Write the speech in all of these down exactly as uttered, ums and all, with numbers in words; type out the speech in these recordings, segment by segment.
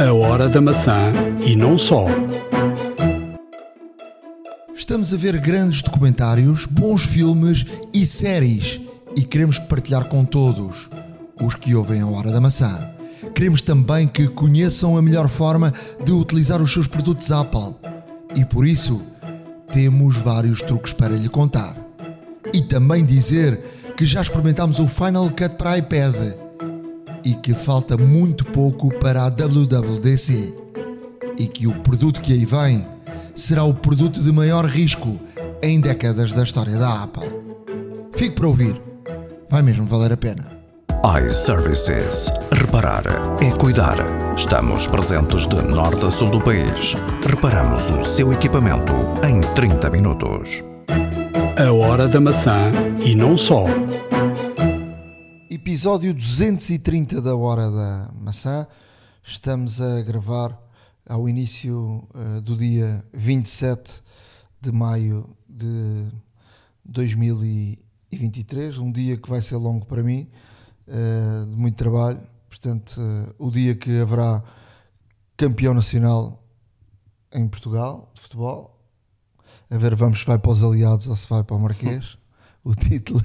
A Hora da Maçã e não só. Estamos a ver grandes documentários, bons filmes e séries e queremos partilhar com todos os que ouvem a Hora da Maçã. Queremos também que conheçam a melhor forma de utilizar os seus produtos Apple e por isso temos vários truques para lhe contar. E também dizer que já experimentámos o Final Cut para iPad e que falta muito pouco para a W W D C e que o produto que aí vem será o produto de maior risco em décadas da história da Apple. Fique para ouvir, vai mesmo valer a pena. iServices. Reparar é cuidar. Estamos presentes de norte a sul do país. Reparamos o seu equipamento em trinta minutos. A Hora da Maçã e não só. Episódio duzentos e trinta da Hora da Maçã. Estamos a gravar ao início uh, do dia vinte e sete de maio de dois mil e vinte e três, um dia que vai ser longo para mim, uh, de muito trabalho, portanto uh, o dia que haverá campeão nacional em Portugal de futebol, a ver vamos se vai para os aliados ou se vai para o Marquês, o título...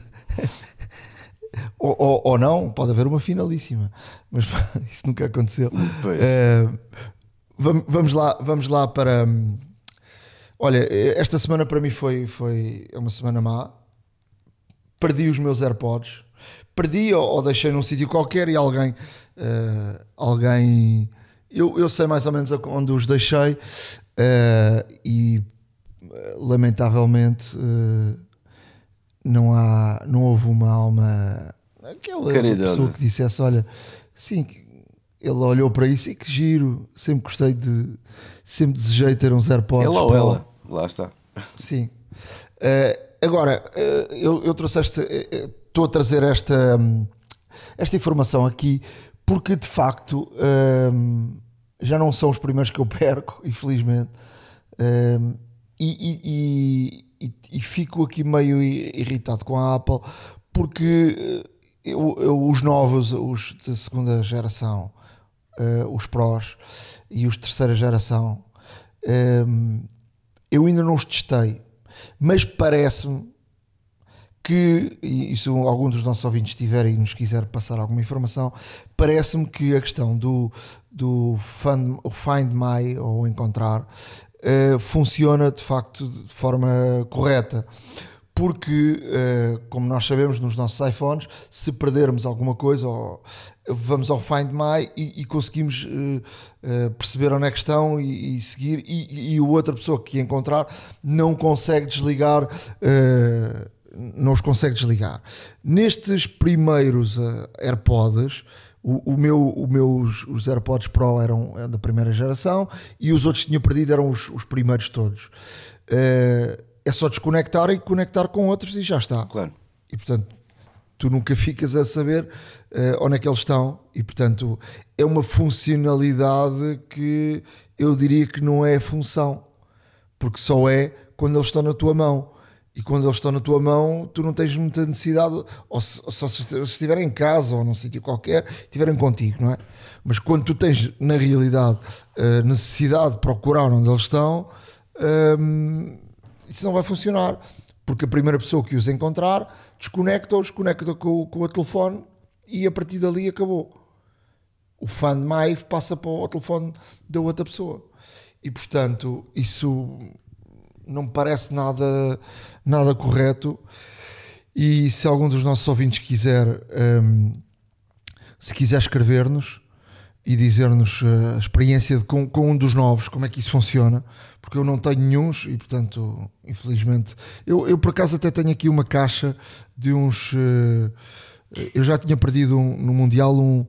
Ou, ou, ou não, pode haver uma finalíssima, mas isso nunca aconteceu. Uh, vamos, vamos lá, vamos lá para. Olha, esta semana para mim foi, foi uma semana má. Perdi os meus AirPods, perdi ou, ou deixei num sítio qualquer e alguém, uh, alguém, eu, eu sei mais ou menos onde os deixei uh, e lamentavelmente. Uh, Não há, não houve uma alma, aquela caridosa pessoa que dissesse, olha, sim, ele olhou para isso e que giro, sempre gostei de, sempre desejei ter uns AirPods. Ele ou ela, lá está. Sim. Uh, agora, uh, eu, eu trouxe esta, estou uh, a trazer esta, um, esta informação aqui porque de facto um, já não são os primeiros que eu perco, infelizmente, um, e, e, e E, e fico aqui meio irritado com a Apple porque eu, eu, os novos, os de segunda geração, uh, os Pros e os de terceira geração, um, eu ainda não os testei, mas parece-me que, e se algum dos nossos ouvintes tiver e nos quiser passar alguma informação, parece-me que a questão do, do find, Find My ou encontrar Uh, funciona de facto de forma correta, porque uh, como nós sabemos nos nossos iPhones, se perdermos alguma coisa ou, vamos ao Find My e, e conseguimos uh, uh, perceber onde é que estão e, e seguir e, e a outra pessoa que encontrar não consegue desligar, uh, não os consegue desligar. Nestes primeiros uh, AirPods, O, o meu, o meus, os AirPods Pro eram da primeira geração e os outros que tinha perdido eram os, os primeiros todos. Uh, é só desconectar e conectar com outros e já está. Claro. E portanto, tu nunca ficas a saber uh, onde é que eles estão e portanto é uma funcionalidade que eu diria que não é função, porque só é quando eles estão na tua mão. E quando eles estão na tua mão, tu não tens muita necessidade, ou se, ou se estiverem em casa ou num sítio qualquer, estiverem contigo, não é? Mas quando tu tens, na realidade, necessidade de procurar onde eles estão, hum, isso não vai funcionar. Porque a primeira pessoa que os encontrar, desconecta-os, conecta com, com o telefone e a partir dali acabou. O Find My passa para o telefone da outra pessoa. E, portanto, isso... não me parece nada, nada correto. E se algum dos nossos ouvintes quiser, um, se quiser escrever-nos e dizer-nos a experiência de, com, com um dos novos, como é que isso funciona, porque eu não tenho nenhuns e portanto, infelizmente, eu, eu por acaso até tenho aqui uma caixa de uns, uh, eu já tinha perdido um, no Mundial um,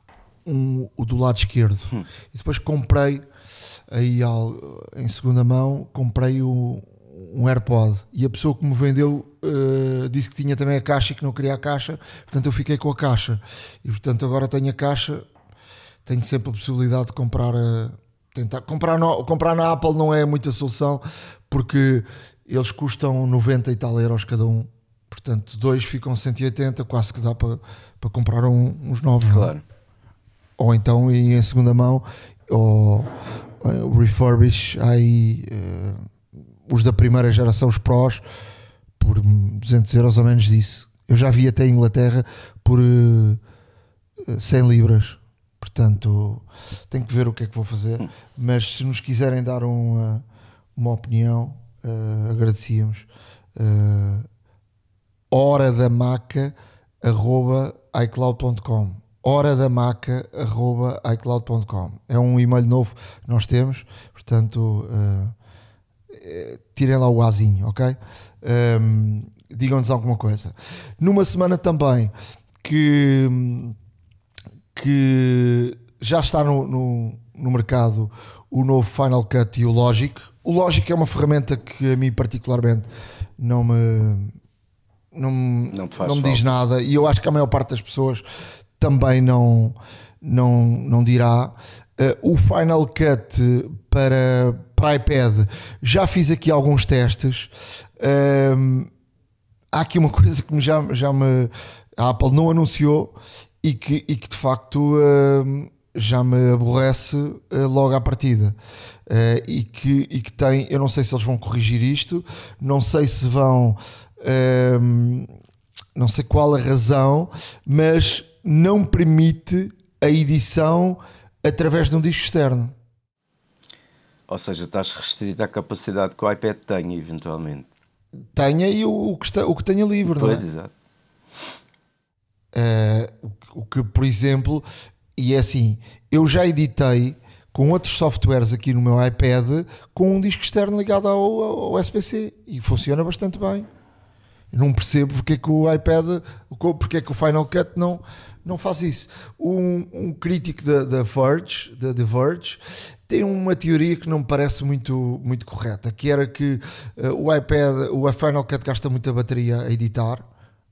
um, o do lado esquerdo hum. e depois comprei aí em segunda mão, comprei o, um AirPod e a pessoa que me vendeu uh, disse que tinha também a caixa e que não queria a caixa, portanto eu fiquei com a caixa e portanto agora tenho a caixa, tenho sempre a possibilidade de comprar a, tentar, comprar, no, comprar na Apple não é muita solução porque eles custam noventa e tal euros cada um, portanto dois ficam cento e oitenta, quase que dá para, para comprar um, uns novos. Claro. Ou então em segunda mão ou uh, refurbish aí uh, os da primeira geração, os Pros, por duzentos euros ou menos disso. Eu já vi até em Inglaterra por uh, cem libras. Portanto, tenho que ver o que é que vou fazer. Mas se nos quiserem dar uma, uma opinião, uh, agradecíamos. Uh, horadamaca arroba icloud ponto com horadamaca arroba icloud ponto com. É um e-mail novo que nós temos. Portanto, uh, tirem lá o azinho, ok? Um, digam-nos alguma coisa. Numa semana também que... que já está no, no, no mercado o novo Final Cut e o Logic. O Logic é uma ferramenta que a mim particularmente não me, não, não, te faz não me diz nada, e eu acho que a maior parte das pessoas também não, não, não dirá. Uh, o Final Cut para, para iPad, já fiz aqui alguns testes. Uh, há aqui uma coisa que já, já me, a Apple não anunciou e que, e que de facto uh, já me aborrece uh, logo à partida. Uh, e, que, e que tem, eu não sei se eles vão corrigir isto, não sei se vão, uh, não sei qual a razão, mas não permite a edição através de um disco externo. Ou seja, estás restrito à capacidade que o iPad tem, eventualmente. Tenha e o, o, que, está, o que tenha livre, pois, não é? Exato. Uh, o, o que, por exemplo, e é assim, eu já editei com outros softwares aqui no meu iPad com um disco externo ligado ao, ao U S B-C e funciona bastante bem. Eu não percebo porque é que o iPad, porque é que o Final Cut não, não faz isso. Um, um crítico da, da Verge, da The Verge, tem uma teoria que não me parece muito, muito correta, que era que uh, o iPad, o Final Cut gasta muita bateria a editar,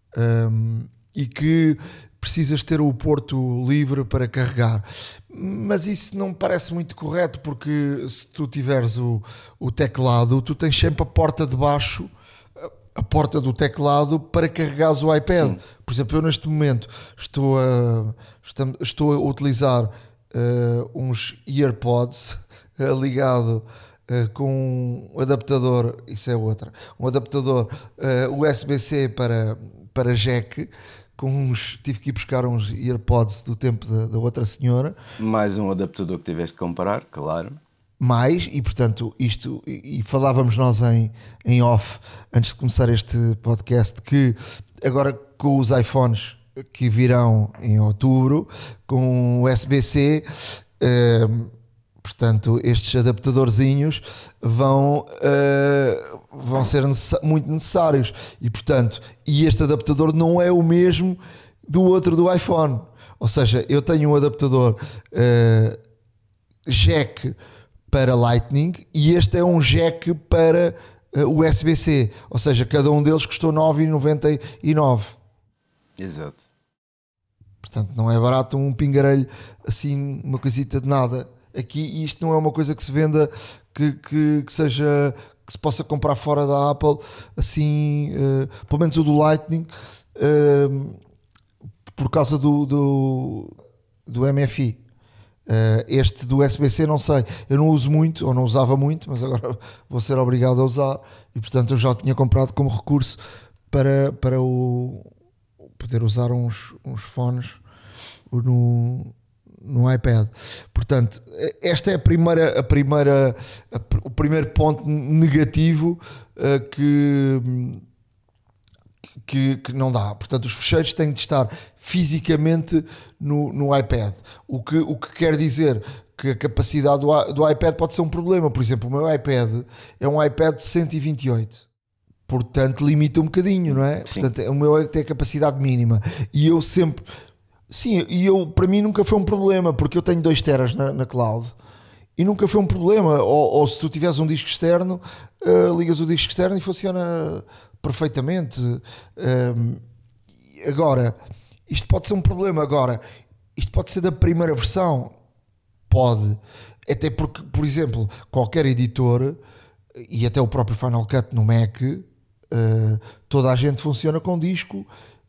um, e que precisas ter o porto livre para carregar. Mas isso não me parece muito correto, porque se tu tiveres o, o teclado, tu tens sempre a porta de baixo, a porta do teclado, para carregares o iPad. Sim. Por exemplo, eu neste momento estou a, estou a utilizar uh, uns EarPods uh, ligado uh, com um adaptador, isso é outra, um adaptador uh, U S B-C para, para jack, com uns, tive que ir buscar uns EarPods do tempo da, da outra senhora. Mais um adaptador que tiveste de comprar, claro. Mais, e portanto isto, e, e falávamos nós em, em off antes de começar este podcast, que agora com os iPhones que virão em outubro com U S B-C, eh, portanto estes adaptadorzinhos vão, eh, vão ser necess- muito necessários, e portanto e este adaptador não é o mesmo do outro do iPhone, ou seja, eu tenho um adaptador eh, jack para Lightning e este é um jack para uh, U S B-C, ou seja, cada um deles custou nove vírgula noventa e nove. Exato. Portanto, não é barato um pingarelho assim, uma coisita de nada. Aqui isto não é uma coisa que se venda, que, que, que seja, que se possa comprar fora da Apple, assim, uh, pelo menos o do Lightning, uh, por causa do, do, do M F I. Uh, este do U S B-C não sei, eu não uso muito, ou não usava muito, mas agora vou ser obrigado a usar, e portanto eu já tinha comprado como recurso para, para o, poder usar uns, uns fones no, no iPad. Portanto, esta é a primeira, a primeira, a, o primeiro ponto negativo uh, que Que, que não dá. Portanto, os fecheiros têm de estar fisicamente no, no iPad, o que, o que quer dizer que a capacidade do, do iPad pode ser um problema. Por exemplo, o meu iPad é um iPad de cento e vinte e oito, portanto limita um bocadinho, não é? Sim. Portanto, o meu tem a capacidade mínima, e eu sempre sim, e eu, para mim nunca foi um problema, porque eu tenho dois teras na, na cloud e nunca foi um problema. Ou, ou se tu tiveres um disco externo, uh, ligas o disco externo e funciona perfeitamente. Um, agora, isto pode ser um problema. Agora, isto pode ser da primeira versão, pode, até porque, por exemplo, qualquer editor e até o próprio Final Cut no Mac, uh, toda a gente funciona com disco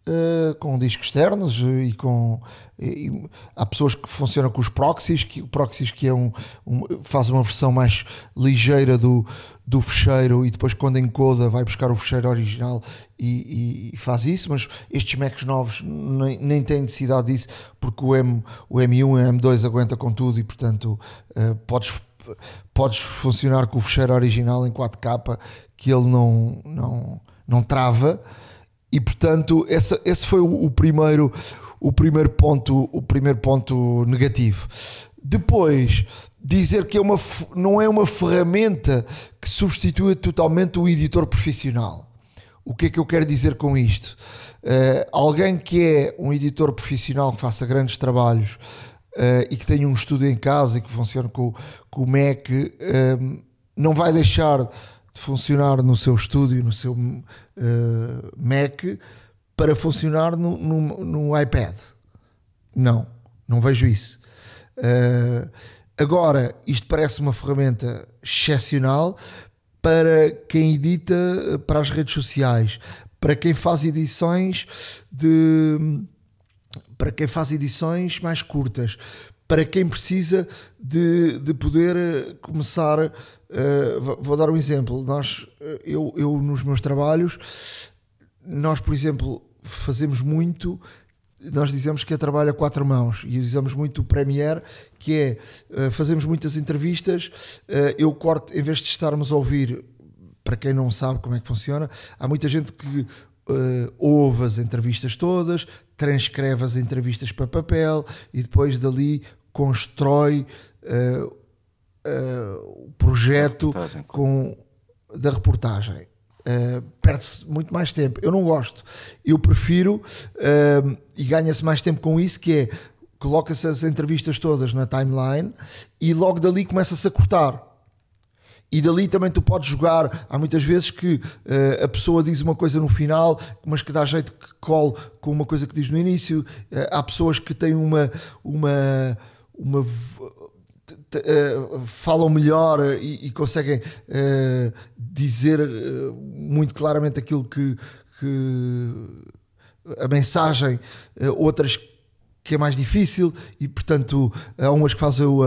uh, com discos externos e com... E, e, há pessoas que funcionam com os proxies, que, o proxies que é um, um, faz uma versão mais ligeira do, do fecheiro e depois quando encoda vai buscar o fecheiro original e, e, e faz isso, mas estes Macs novos nem, nem têm necessidade disso porque o, M, o M um e o M dois aguenta com tudo e portanto uh, podes, podes funcionar com o fecheiro original em quatro K que ele não, não, não trava e portanto essa, esse foi o, o primeiro O primeiro ponto, o primeiro ponto negativo. Depois, dizer que é uma, não é uma ferramenta que substitui totalmente o editor profissional. O que é que eu quero dizer com isto? Uh, alguém que é um editor profissional que faça grandes trabalhos uh, e que tenha um estúdio em casa e que funcione com, com o Mac, uh, não vai deixar de funcionar no seu estúdio, no seu uh, Mac, para funcionar no, no, no iPad. Não, não vejo isso. Uh, agora, isto parece uma ferramenta excepcional para quem edita para as redes sociais, para quem faz edições de, para quem faz edições mais curtas, para quem precisa de, de poder começar. Uh, vou dar um exemplo. Nós, eu, eu nos meus trabalhos, nós, por exemplo, fazemos muito, nós dizemos que é trabalho a quatro mãos e usamos muito o Premiere, que é, fazemos muitas entrevistas, eu corto, em vez de estarmos a ouvir, para quem não sabe como é que funciona, há muita gente que uh, ouve as entrevistas todas, transcreve as entrevistas para papel e depois dali constrói uh, uh, o projeto com, da reportagem. Uh, perde-se muito mais tempo. Eu não gosto, eu prefiro uh, e ganha-se mais tempo com isso, que é, coloca-se as entrevistas todas na timeline e logo dali começa-se a cortar e dali também tu podes jogar. Há muitas vezes que uh, a pessoa diz uma coisa no final, mas que dá jeito que cole com uma coisa que diz no início. Uh, há pessoas que têm uma uma, uma Uh, falam melhor e, e conseguem uh, dizer uh, muito claramente aquilo que, que a mensagem, uh, outras que é mais difícil e portanto há umas que fazem uh,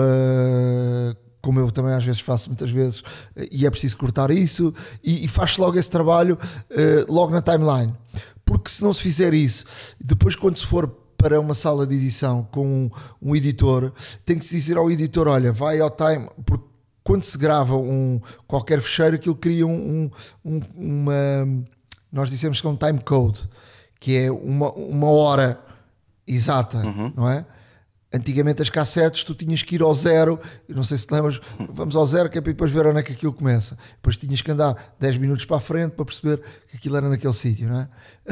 como eu também às vezes faço muitas vezes uh, e é preciso cortar isso e, e faz logo esse trabalho uh, logo na timeline, porque se não se fizer isso, depois quando se for para uma sala de edição com um, um editor, tem que se dizer ao editor, olha, vai ao time, porque quando se grava um, qualquer fecheiro, aquilo cria um, um, uma, nós dizemos que é um time code, que é uma, uma hora exata, uhum. Não é? Antigamente as cassetes tu tinhas que ir ao zero, não sei se te lembras, vamos ao zero que é para depois ver onde é que aquilo começa, depois tinhas que andar dez minutos para a frente para perceber que aquilo era naquele sítio, não é?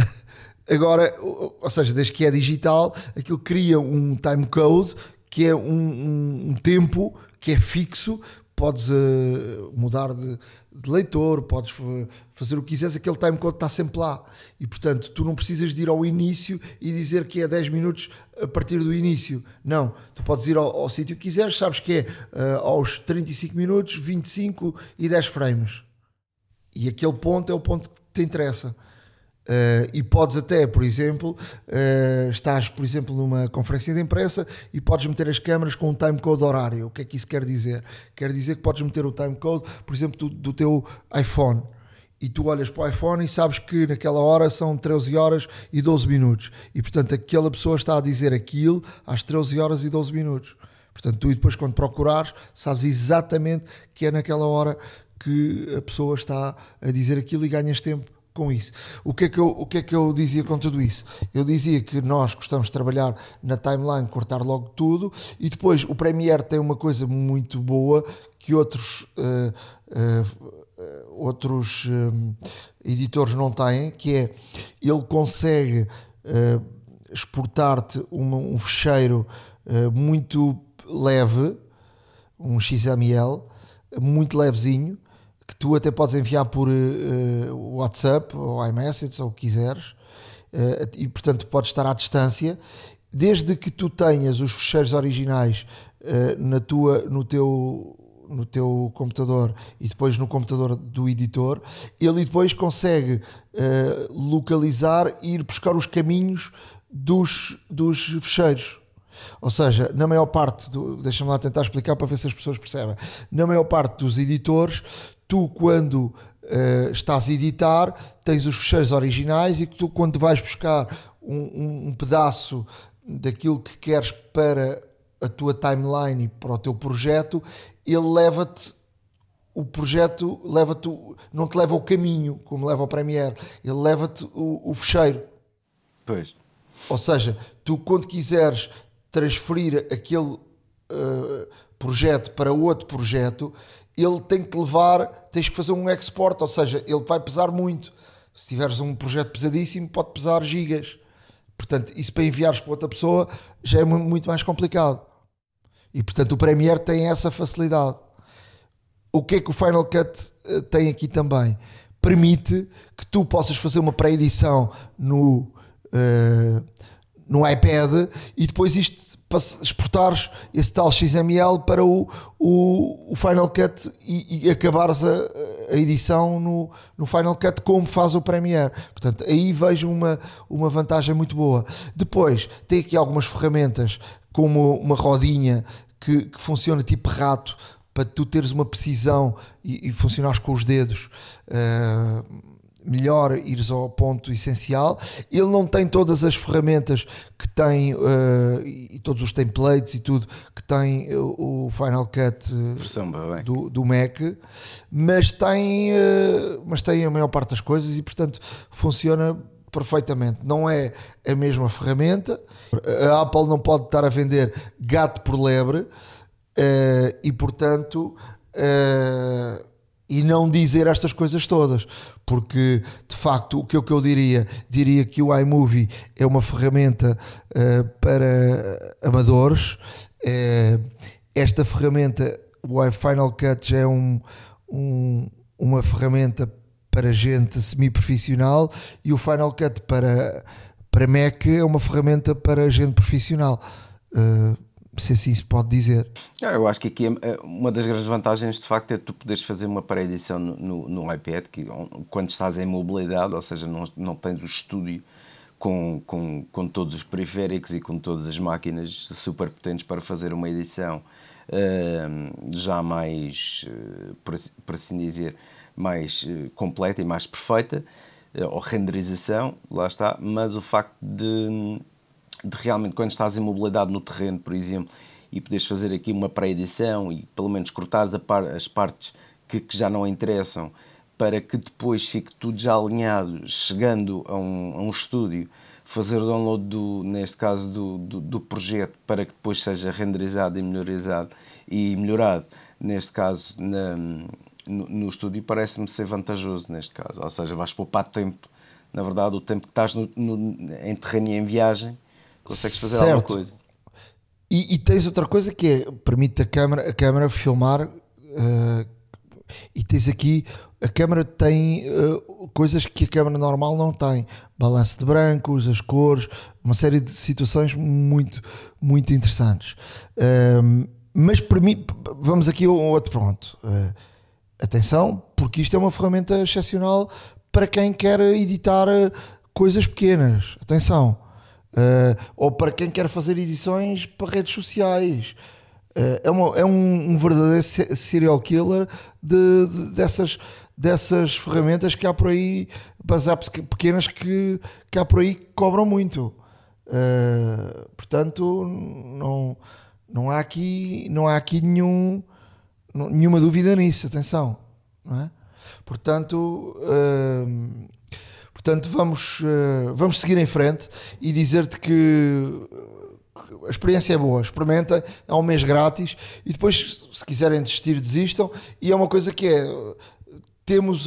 Agora, ou seja, desde que é digital, aquilo cria um time code que é um, um, um tempo que é fixo. Podes uh, mudar de, de leitor, podes fazer o que quiseres, aquele time code está sempre lá e portanto tu não precisas de ir ao início e dizer que é dez minutos a partir do início. Não, tu podes ir ao, ao sítio que quiseres, sabes que é uh, aos trinta e cinco minutos, vinte e cinco e dez frames e aquele ponto é o ponto que te interessa. Uh, e podes até, por exemplo, uh, estás, por exemplo, numa conferência de imprensa e podes meter as câmaras com um timecode horário. O que é que isso quer dizer? Quer dizer que podes meter o timecode, por exemplo, do, do teu iPhone e tu olhas para o iPhone e sabes que naquela hora são treze horas e doze minutos e portanto aquela pessoa está a dizer aquilo às treze horas e doze minutos. Portanto tu depois quando procurares sabes exatamente que é naquela hora que a pessoa está a dizer aquilo e ganhas tempo com isso. O que, é que eu, o que é que eu dizia com tudo isso? Eu dizia que nós gostamos de trabalhar na timeline, cortar logo tudo e depois o Premiere tem uma coisa muito boa que outros uh, uh, outros uh, editores não têm, que é ele consegue uh, exportar-te uma, um fecheiro uh, muito leve, um X M L muito levezinho, que tu até podes enviar por uh, WhatsApp ou iMessage ou o que quiseres uh, e portanto podes estar à distância desde que tu tenhas os fecheiros originais uh, na tua, no teu no teu computador e depois no computador do editor, ele depois consegue uh, localizar e ir buscar os caminhos dos, dos fecheiros. Ou seja, na maior parte, do, deixa-me lá tentar explicar para ver se as pessoas percebem, na maior parte dos editores, tu quando uh, estás a editar, tens os fecheiros originais e que tu quando vais buscar um, um, um pedaço daquilo que queres para a tua timeline e para o teu projeto, ele leva-te o projeto, leva-te, não te leva o caminho, como leva o Premiere, ele leva-te o, o fecheiro. Pois. Ou seja, tu quando quiseres transferir aquele uh, projeto para outro projeto, ele tem que te levar, tens que fazer um export, ou seja, ele vai pesar muito. Se tiveres um projeto pesadíssimo, pode pesar gigas. Portanto, isso para enviares para outra pessoa já é muito mais complicado. E portanto o Premiere tem essa facilidade. O que é que o Final Cut uh, tem aqui também? Permite que tu possas fazer uma pré-edição no, uh, no iPad e depois isto exportares esse tal X M L para o, o, o Final Cut e, e acabares a, a edição no, no Final Cut como faz o Premiere. Portanto, aí vejo uma, uma vantagem muito boa. Depois, tem aqui algumas ferramentas como uma rodinha que, que funciona tipo rato para tu teres uma precisão e, e funcionares com os dedos uh, melhor, ires ao ponto essencial. Ele não tem todas as ferramentas que tem uh, e todos os templates e tudo que tem o, o Final Cut uh, do, do Mac, mas tem, uh, mas tem a maior parte das coisas e portanto funciona perfeitamente. Não é a mesma ferramenta. A Apple não pode estar a vender gato por lebre uh, e portanto uh, e não dizer estas coisas todas, porque de facto o que eu, que eu diria diria que o iMovie é uma ferramenta uh, para amadores. Uh, esta ferramenta, o Final Cut, já é um, um, uma ferramenta para gente semi-profissional e o Final Cut para, para Mac é uma ferramenta para gente profissional. Uh, se assim se pode dizer. Eu acho que aqui uma das grandes vantagens de facto é tu poderes fazer uma pré-edição no, no, no iPad, que quando estás em mobilidade, ou seja, não, não tens o estúdio com, com, com todos os periféricos e com todas as máquinas super potentes para fazer uma edição uh, já mais, uh, por, por assim dizer, mais uh, completa e mais perfeita, uh, ou renderização, lá está, mas o facto de de realmente quando estás em mobilidade no terreno, por exemplo, e poderes fazer aqui uma pré-edição e pelo menos cortares a par, as partes que, que já não interessam para que depois fique tudo já alinhado, chegando a um, a um estúdio, fazer o download, do, neste caso, do, do, do projeto para que depois seja renderizado e melhorizado e melhorado, neste caso, na, no, no estúdio, parece-me ser vantajoso neste caso. Ou seja, vais poupar tempo, na verdade, o tempo que estás no, no, em terreno e em viagem, consegues fazer certo. Alguma coisa. E, e tens outra coisa que é, permite a câmera, a câmera filmar uh, e tens aqui, a câmera tem uh, coisas que a câmera normal não tem, balanço de brancos, as cores, uma série de situações muito, muito interessantes. Uh, mas permite, vamos aqui a um outro ponto. Uh, atenção, porque isto é uma ferramenta excepcional para quem quer editar coisas pequenas. Atenção. Uh, ou para quem quer fazer edições para redes sociais. Uh, é, uma, é um, um verdadeiro serial killer de, de, dessas, dessas ferramentas que há por aí, apps pequenas que, que há por aí que cobram muito. Uh, portanto, não, não há aqui, não há aqui nenhum, nenhuma dúvida nisso. Atenção, não é? Portanto. Uh, Portanto, vamos, uh, vamos seguir em frente e dizer-te que a experiência é boa, experimentem, é um mês grátis e depois, se quiserem desistir, desistam. E é uma coisa que é, temos, uh,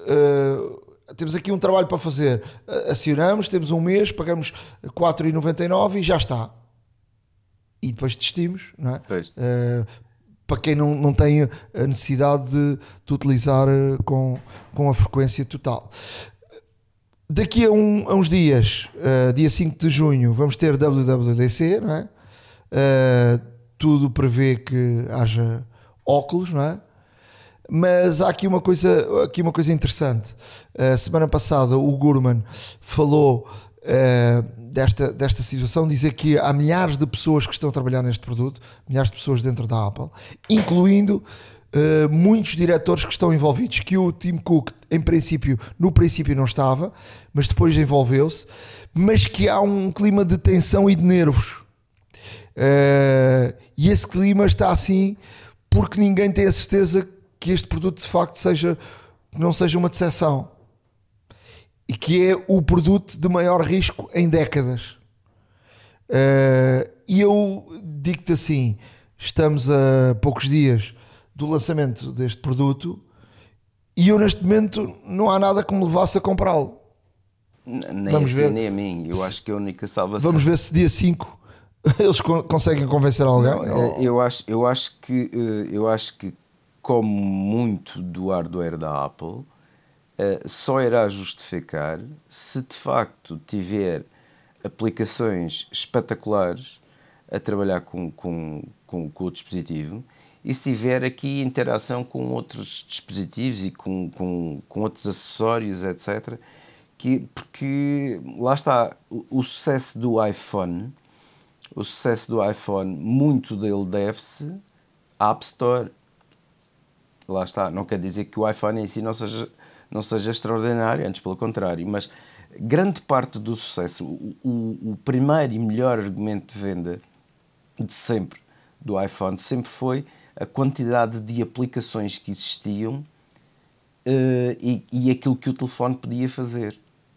uh, temos aqui um trabalho para fazer, uh, acionamos, temos um mês, pagamos quatro vírgula noventa e nove e já está. E depois desistimos, não é? Uh, para quem não, não tem a necessidade de, de utilizar uh, com, com a frequência total. Daqui a, um, a uns dias, uh, dia cinco de junho, vamos ter W W D C, não é? Uh, tudo prevê que haja óculos, não é? Mas há aqui uma coisa, aqui uma coisa interessante. A semana passada o Gurman falou uh, desta, desta situação, dizer que há milhares de pessoas que estão a trabalhar neste produto, milhares de pessoas dentro da Apple, incluindo uh, muitos diretores que estão envolvidos, que o Tim Cook em princípio, no princípio não estava, mas depois envolveu-se, mas que há um clima de tensão e de nervos. Uh, e esse clima está assim porque ninguém tem a certeza que este produto de facto seja, não seja uma decepção, e que é o produto de maior risco em décadas. Uh, e eu digo-te assim, estamos a poucos dias do lançamento deste produto e eu neste momento não há nada que me levasse a comprá-lo. Nem Vamos a ver. ti, nem a mim. Eu acho que é a única salvação. Vamos ver se dia cinco eles conseguem convencer alguém. Não, eu, acho, eu, acho que, eu acho que, como muito do hardware da Apple, só irá justificar se de facto tiver aplicações espetaculares a trabalhar com, com, com, com o dispositivo e se tiver aqui interação com outros dispositivos e com, com, com outros acessórios, etcétera. Que, porque lá está, o, o sucesso do iPhone, o sucesso do iPhone, muito dele deve-se à App Store. Lá está, não quer dizer que o iPhone em si não seja, não seja extraordinário, antes pelo contrário, mas grande parte do sucesso, o, o, o primeiro e melhor argumento de venda de sempre do iPhone sempre foi a quantidade de aplicações que existiam uh, e, e aquilo que o telefone podia fazer.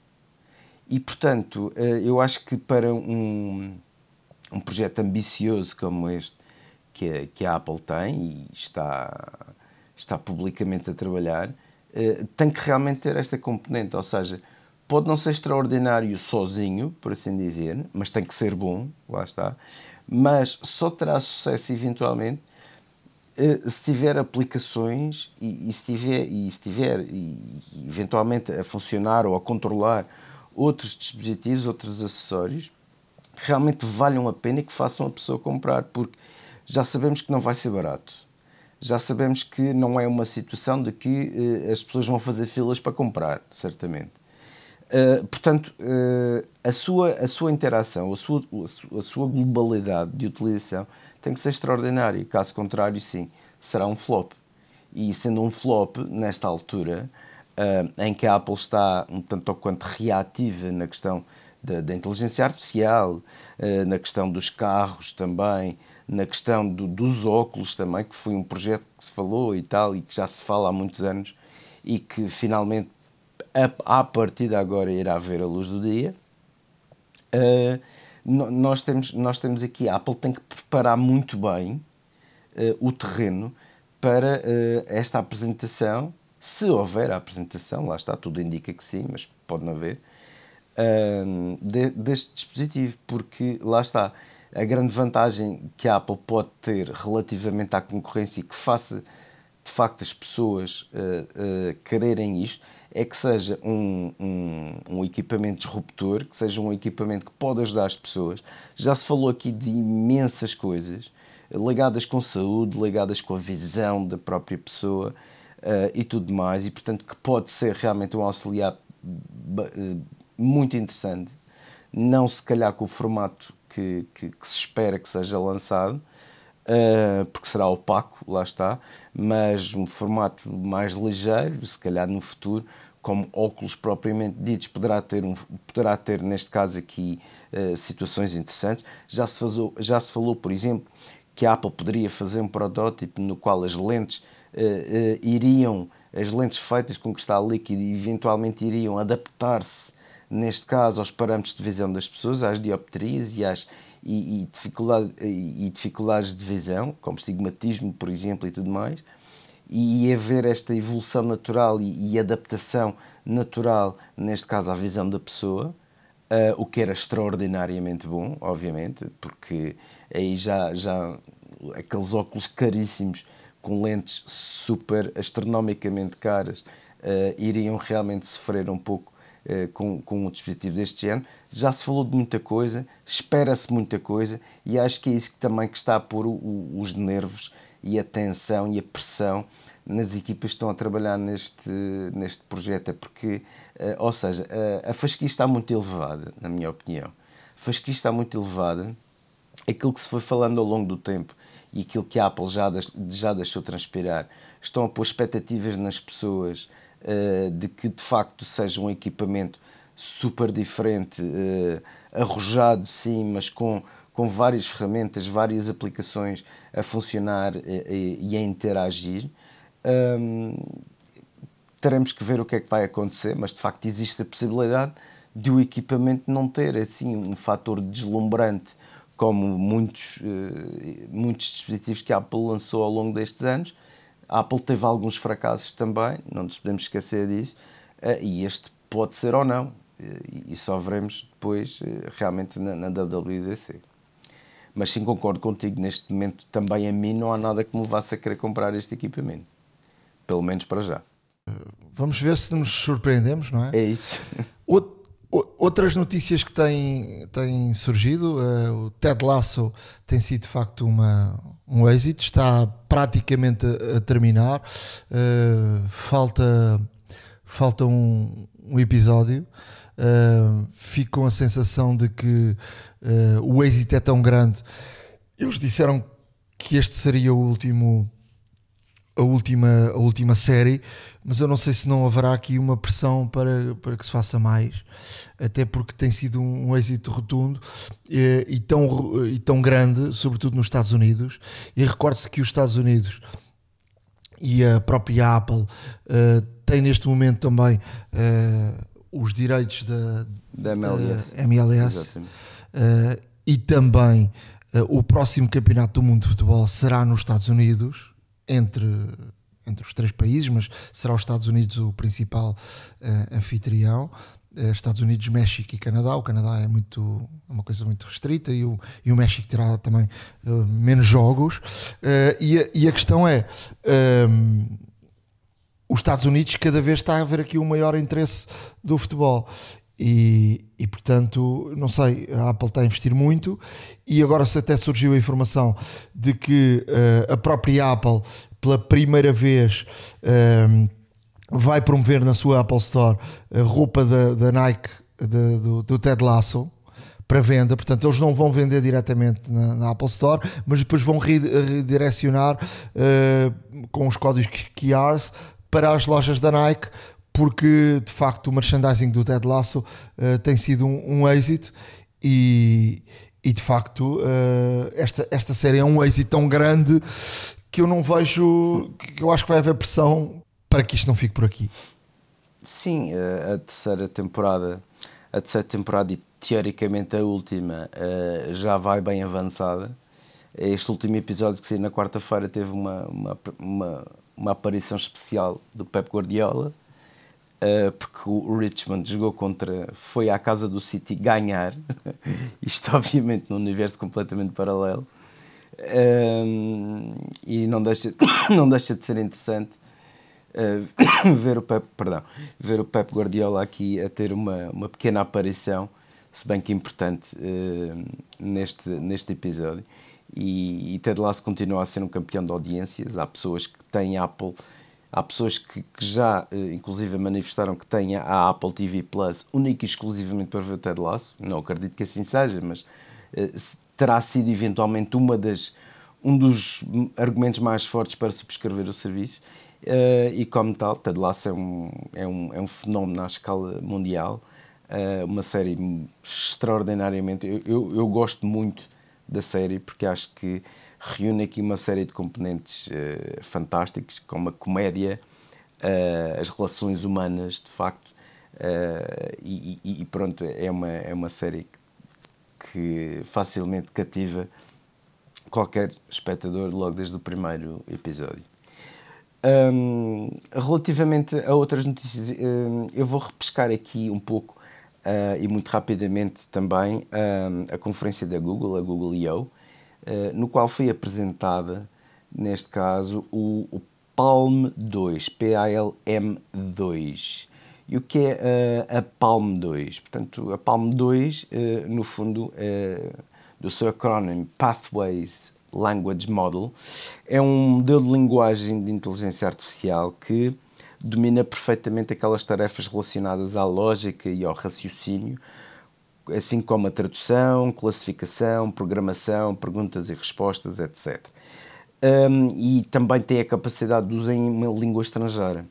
E portanto, uh, eu acho que para um, um projeto ambicioso como este que a, que a Apple tem e está, está publicamente a trabalhar, uh, tem que realmente ter esta componente, ou seja, pode não ser extraordinário sozinho, por assim dizer, mas tem que ser bom, lá está, mas só terá sucesso eventualmente uh, se tiver aplicações e, e se tiver, e, se tiver e, e, eventualmente a funcionar ou a controlar outros dispositivos, outros acessórios que realmente valham a pena e que façam a pessoa comprar, porque já sabemos que não vai ser barato, já sabemos que não é uma situação de que uh, as pessoas vão fazer filas para comprar, certamente. Uh, portanto, uh, a, sua, a sua interação, a sua, a sua globalidade de utilização tem que ser extraordinária, caso contrário, sim, será um flop. E sendo um flop, nesta altura, uh, em que a Apple está um tanto ou quanto reativa na questão da, da inteligência artificial, uh, na questão dos carros também, na questão do, dos óculos também, que foi um projeto que se falou e tal, e que já se fala há muitos anos, e que finalmente a partir de agora irá ver a luz do dia. Uh, nós, temos, nós temos aqui, a Apple tem que preparar muito bem uh, o terreno para uh, esta apresentação, se houver a apresentação, lá está, tudo indica que sim, mas pode não haver, uh, de, deste dispositivo, porque lá está, a grande vantagem que a Apple pode ter relativamente à concorrência e que faça de facto as pessoas uh, uh, quererem isto, é que seja um, um, um equipamento disruptor, que seja um equipamento que pode ajudar as pessoas. Já se falou aqui de imensas coisas ligadas com saúde, ligadas com a visão da própria pessoa uh, e tudo mais, e portanto que pode ser realmente um auxiliar uh, muito interessante, não se calhar com o formato que, que, que se espera que seja lançado, Uh, porque será opaco, lá está, mas um formato mais ligeiro, se calhar no futuro, como óculos propriamente ditos, poderá ter, um, poderá ter neste caso aqui uh, situações interessantes. Já se, fazou, já se falou, por exemplo, que a Apple poderia fazer um protótipo no qual as lentes uh, uh, iriam, as lentes feitas com cristal líquido, eventualmente iriam adaptar-se, neste caso, aos parâmetros de visão das pessoas, às dioptrias e às E, e, dificuldade, e dificuldades de visão, como estigmatismo, por exemplo, e tudo mais, e haver esta evolução natural e, e adaptação natural, neste caso, à visão da pessoa, uh, o que era extraordinariamente bom, obviamente, porque aí já, já aqueles óculos caríssimos, com lentes super astronomicamente caras, uh, iriam realmente sofrer um pouco Com, com um dispositivo deste género. Já se falou de muita coisa, espera-se muita coisa, e acho que é isso que também que está a pôr o, o, os nervos e a tensão e a pressão nas equipas que estão a trabalhar neste, neste projeto. É porque, uh, ou seja, uh, a fasquia está muito elevada, na minha opinião. A fasquia está muito elevada. Aquilo que se foi falando ao longo do tempo e aquilo que a Apple já, já deixou transpirar, estão a pôr expectativas nas pessoas uh, de que de facto seja um equipamento super diferente, uh, arrojado sim, mas com, com várias ferramentas, várias aplicações a funcionar e, e a interagir. Um, teremos que ver o que é que vai acontecer, mas de facto existe a possibilidade de o equipamento não ter assim um fator deslumbrante como muitos, uh, muitos dispositivos que a Apple lançou ao longo destes anos. A Apple teve alguns fracassos também, não nos podemos esquecer disso, uh, e este pode ser ou não, uh, e só veremos depois uh, realmente na, na W W D C. Mas sim, concordo contigo, neste momento também a mim não há nada que me levasse a querer comprar este equipamento, pelo menos para já. Vamos ver se nos surpreendemos, não é? É isso. Outras notícias que têm, têm surgido, uh, o Ted Lasso tem sido de facto uma, um êxito, está praticamente a, a terminar, uh, falta, falta um, um episódio, uh, fico com a sensação de que uh, o êxito é tão grande. Eles disseram que este seria o último, a última, a última série, mas eu não sei se não haverá aqui uma pressão para, para que se faça mais, até porque tem sido um, um êxito rotundo e, e, tão, e tão grande, sobretudo nos Estados Unidos. E recorde-se que os Estados Unidos e a própria Apple uh, têm neste momento também uh, os direitos da, da M L S, da M L S uh, e também uh, o próximo campeonato do mundo de futebol será nos Estados Unidos, entre, entre os três países, mas será os Estados Unidos o principal uh, anfitrião. Uh, Estados Unidos, México e Canadá. O Canadá é muito, é uma coisa muito restrita e o, e o México terá também uh, menos jogos. Uh, e, a, e a questão é, um, os Estados Unidos cada vez está a haver aqui um maior interesse do futebol. E, e portanto, não sei, a Apple está a investir muito e agora se até surgiu a informação de que uh, a própria Apple pela primeira vez um, vai promover na sua Apple Store a roupa da, da Nike de, do, do Ted Lasso para venda. Portanto, eles não vão vender diretamente na, na Apple Store, mas depois vão redirecionar uh, com os códigos Q R para as lojas da Nike, porque de facto o merchandising do Ted Lasso uh, tem sido um, um êxito e, e de facto uh, esta, esta série é um êxito tão grande que eu não vejo, que eu acho que vai haver pressão para que isto não fique por aqui. Sim, a terceira temporada, a terceira temporada e teoricamente a última uh, já vai bem avançada. Este último episódio que saiu na quarta-feira teve uma, uma, uma, uma aparição especial do Pep Guardiola, Uh, porque o Richmond jogou contra, foi à casa do City ganhar, isto obviamente num universo completamente paralelo, uh, e não deixa, não deixa de ser interessante uh, ver, o Pep, perdão, ver o Pep Guardiola aqui a ter uma, uma pequena aparição, se bem que importante, uh, neste, neste episódio. E, e Ted Lasso continua a ser um campeão de audiências. Há pessoas que têm Apple. Há pessoas que, que já, inclusive, manifestaram que têm a Apple T V Plus única e exclusivamente para ver o Ted Lasso. Não acredito que assim seja, mas uh, terá sido eventualmente uma das, um dos argumentos mais fortes para subscrever o serviço. Uh, e como tal, Ted Lasso é um, é um, é um fenómeno à escala mundial. Uh, uma série extraordinariamente... Eu, eu, eu gosto muito da série porque acho que reúne aqui uma série de componentes uh, fantásticos, como a comédia, uh, as relações humanas, de facto, uh, e, e, e pronto, é uma, é uma série que facilmente cativa qualquer espectador logo desde o primeiro episódio. Um, relativamente a outras notícias, um, eu vou repescar aqui um pouco uh, e muito rapidamente também um, a conferência da Google, a Google I O, Uh, no qual foi apresentada, neste caso, o, o Palm dois, P A L M dois. E o que é uh, a Palm dois? Portanto, a Palm dois, uh, no fundo, uh, do seu acrónimo Pathways Language Model, é um modelo de linguagem de inteligência artificial que domina perfeitamente aquelas tarefas relacionadas à lógica e ao raciocínio, assim como a tradução, classificação, programação, perguntas e respostas, etcétera. Um, e também tem a capacidade de usar em uma língua estrangeira.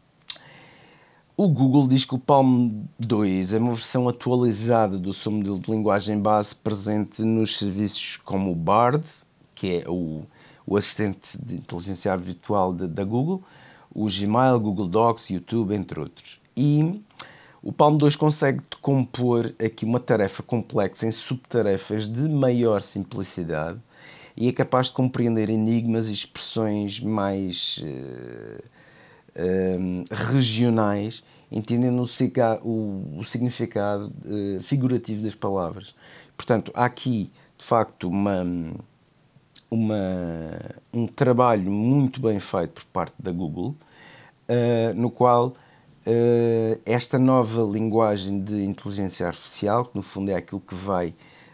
O Google diz que o Palm dois é uma versão atualizada do seu modelo de linguagem base presente nos serviços como o Bard, que é o, o assistente de inteligência virtual de, da Google, o Gmail, Google Docs, YouTube, entre outros. E o Palm dois consegue decompor aqui uma tarefa complexa em subtarefas de maior simplicidade e é capaz de compreender enigmas e expressões mais uh, uh, regionais, entendendo o, o, o significado uh, figurativo das palavras. Portanto, há aqui, de facto, uma, uma, um trabalho muito bem feito por parte da Google, uh, no qual uh, esta nova linguagem de inteligência artificial, que no fundo é aquilo que vai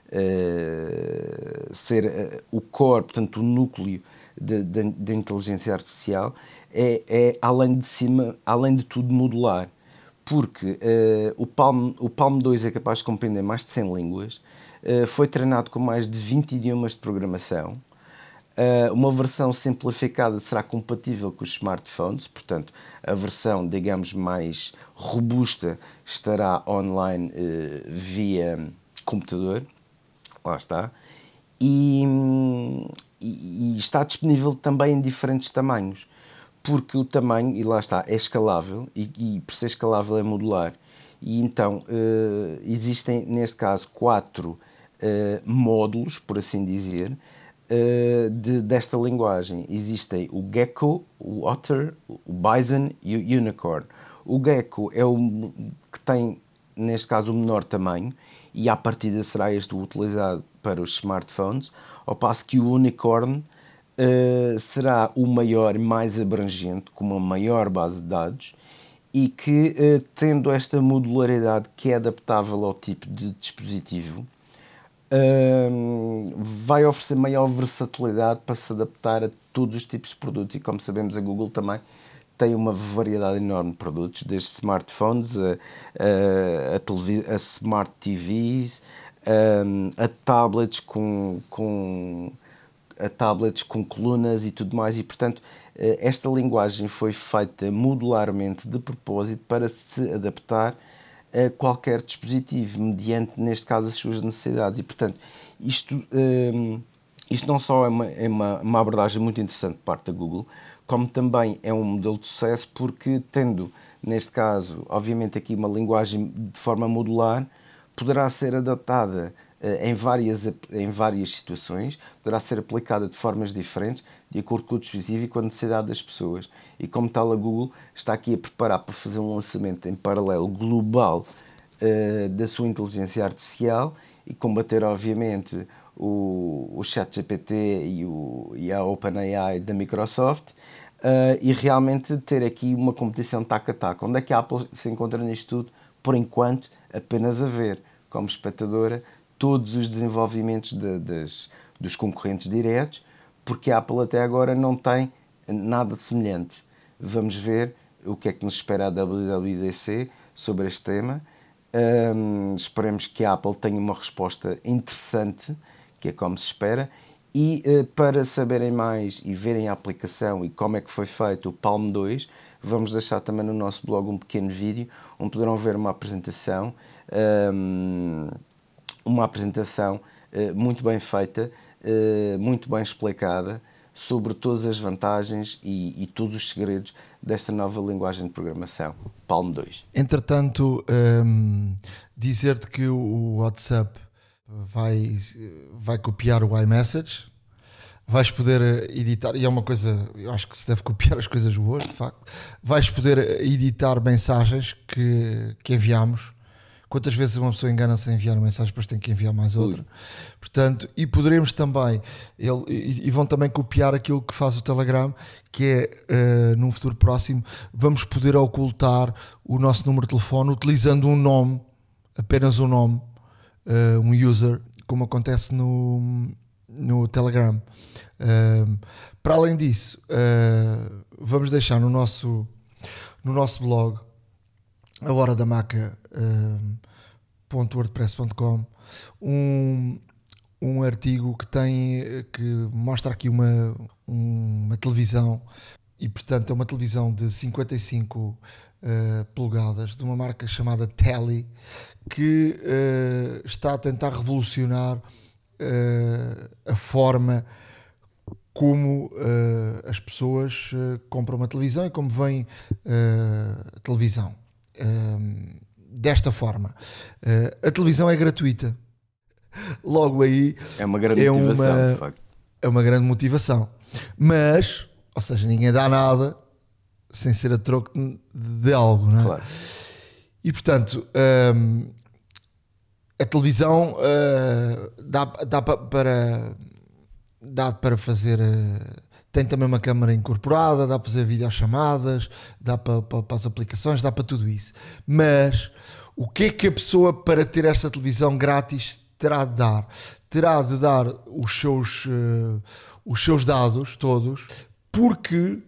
Uh, ser uh, o core, portanto o núcleo da inteligência artificial, é, é além de cima, além de tudo modular, porque uh, o, Palm, o Palm dois é capaz de compreender mais de cem línguas, uh, foi treinado com mais de vinte idiomas de programação, uh, uma versão simplificada será compatível com os smartphones, portanto a versão, digamos, mais robusta estará online uh, via computador. Lá está. E, e, e está disponível também em diferentes tamanhos, porque o tamanho, e lá está, é escalável, e, e por ser escalável é modular. E então uh, existem, neste caso, quatro uh, módulos, por assim dizer, uh, de, desta linguagem. Existem o Gecko, o Otter, o Bison e o Unicorn. O Gecko é o que tem, neste caso, o menor tamanho, e à partida será este utilizado para os smartphones, ao passo que o Unicorn uh, será o maior, mais abrangente, com uma maior base de dados, e que, uh, tendo esta modularidade que é adaptável ao tipo de dispositivo, uh, vai oferecer maior versatilidade para se adaptar a todos os tipos de produtos, e como sabemos a Google também tem uma variedade enorme de produtos, desde smartphones a, a, a, televis- a smart T Vs, a, a tablets com, com, a tablets com colunas e tudo mais, e portanto esta linguagem foi feita modularmente de propósito para se adaptar a qualquer dispositivo, mediante, neste caso, as suas necessidades. E portanto isto, isto não só é, uma, é uma, uma abordagem muito interessante de parte da Google, como também é um modelo de sucesso, porque tendo, neste caso, obviamente aqui uma linguagem de forma modular, poderá ser adaptada uh, em, várias, em várias situações, poderá ser aplicada de formas diferentes, de acordo com o dispositivo e com a necessidade das pessoas. E como tal, a Google está aqui a preparar para fazer um lançamento em paralelo global uh, da sua inteligência artificial e combater, obviamente, o, o ChatGPT e, o, e a OpenAI da Microsoft, uh, e realmente ter aqui uma competição taco a taco. Onde é que a Apple se encontra nisto tudo? Por enquanto, apenas a ver, como espectadora, todos os desenvolvimentos de, das, dos concorrentes diretos, porque a Apple até agora não tem nada semelhante. Vamos ver o que é que nos espera a W W D C sobre este tema. Um, esperemos que a Apple tenha uma resposta interessante, que é como se espera, e uh, para saberem mais e verem a aplicação e como é que foi feito o Palm dois, vamos deixar também no nosso blog um pequeno vídeo onde poderão ver uma apresentação, um, uma apresentação uh, muito bem feita, uh, muito bem explicada, sobre todas as vantagens e, e todos os segredos desta nova linguagem de programação, Palm dois. Entretanto, um, dizer-te que o WhatsApp vai, vai copiar o iMessage, vais poder editar, e é uma coisa, eu acho que se deve copiar as coisas boas, de facto, vais poder editar mensagens que, que enviamos. Quantas vezes uma pessoa engana-se a enviar uma mensagem, depois tem que enviar mais outra. Ui. Portanto, e poderemos também, ele, e, e vão também copiar aquilo que faz o Telegram, que é, uh, num futuro próximo, vamos poder ocultar o nosso número de telefone utilizando um nome, apenas um nome, uh, um user, como acontece no, no Telegram. Uh, para além disso, uh, vamos deixar no nosso, no nosso blog, a hora da maca ponto wordpress ponto com, um, um artigo que tem, que mostra aqui uma, uma televisão, e portanto é uma televisão de cinquenta e cinco uh, polegadas, de uma marca chamada Telly, que uh, está a tentar revolucionar uh, a forma como uh, as pessoas uh, compram uma televisão e como vem uh, a televisão. Uh, desta forma, uh, a televisão é gratuita. Logo aí é uma grande é motivação, uma, de facto. É uma grande motivação. Mas, ou seja, ninguém dá nada sem ser a troco de algo, não é? Claro. E portanto, um, a televisão uh, dá, dá pa, para dá para fazer uh, tem também uma câmara incorporada, dá para fazer videochamadas, dá para, para, para as aplicações, dá para tudo isso. Mas o que é que a pessoa, para ter esta televisão grátis, terá de dar? Terá de dar os seus, uh, os seus dados todos, porque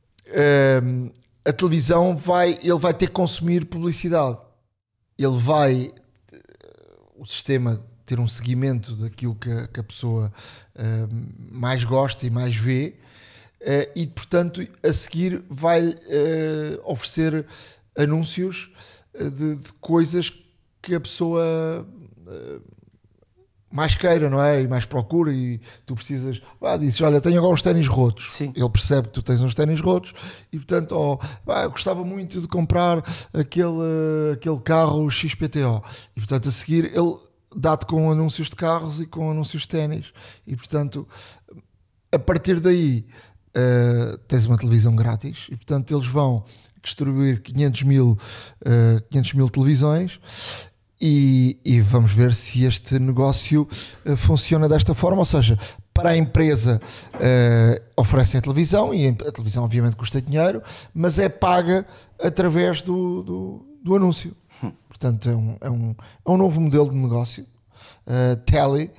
uh, a televisão vai, ele vai ter que consumir publicidade. Ele vai, uh, o sistema, ter um seguimento daquilo que a, que a pessoa uh, mais gosta e mais vê, uh, e portanto a seguir vai uh, oferecer anúncios de, de coisas que a pessoa uh, mais queira, não é? E mais procura, e tu precisas, ah, dizes, olha, tenho agora uns ténis rotos. Sim. Ele percebe que tu tens uns ténis rotos e portanto, oh, ah, eu gostava muito de comprar aquele, aquele carro X P T O, e portanto a seguir ele dá-te com anúncios de carros e com anúncios de ténis, e portanto a partir daí uh, tens uma televisão grátis, e portanto eles vão distribuir quinhentos mil, uh, quinhentos mil televisões, e, e vamos ver se este negócio uh, funciona desta forma. Ou seja, para a empresa uh, oferecem a televisão, e a televisão obviamente custa dinheiro, mas é paga através do, do, do anúncio. Portanto, é um, é, um, é um novo modelo de negócio. Uh, Telly,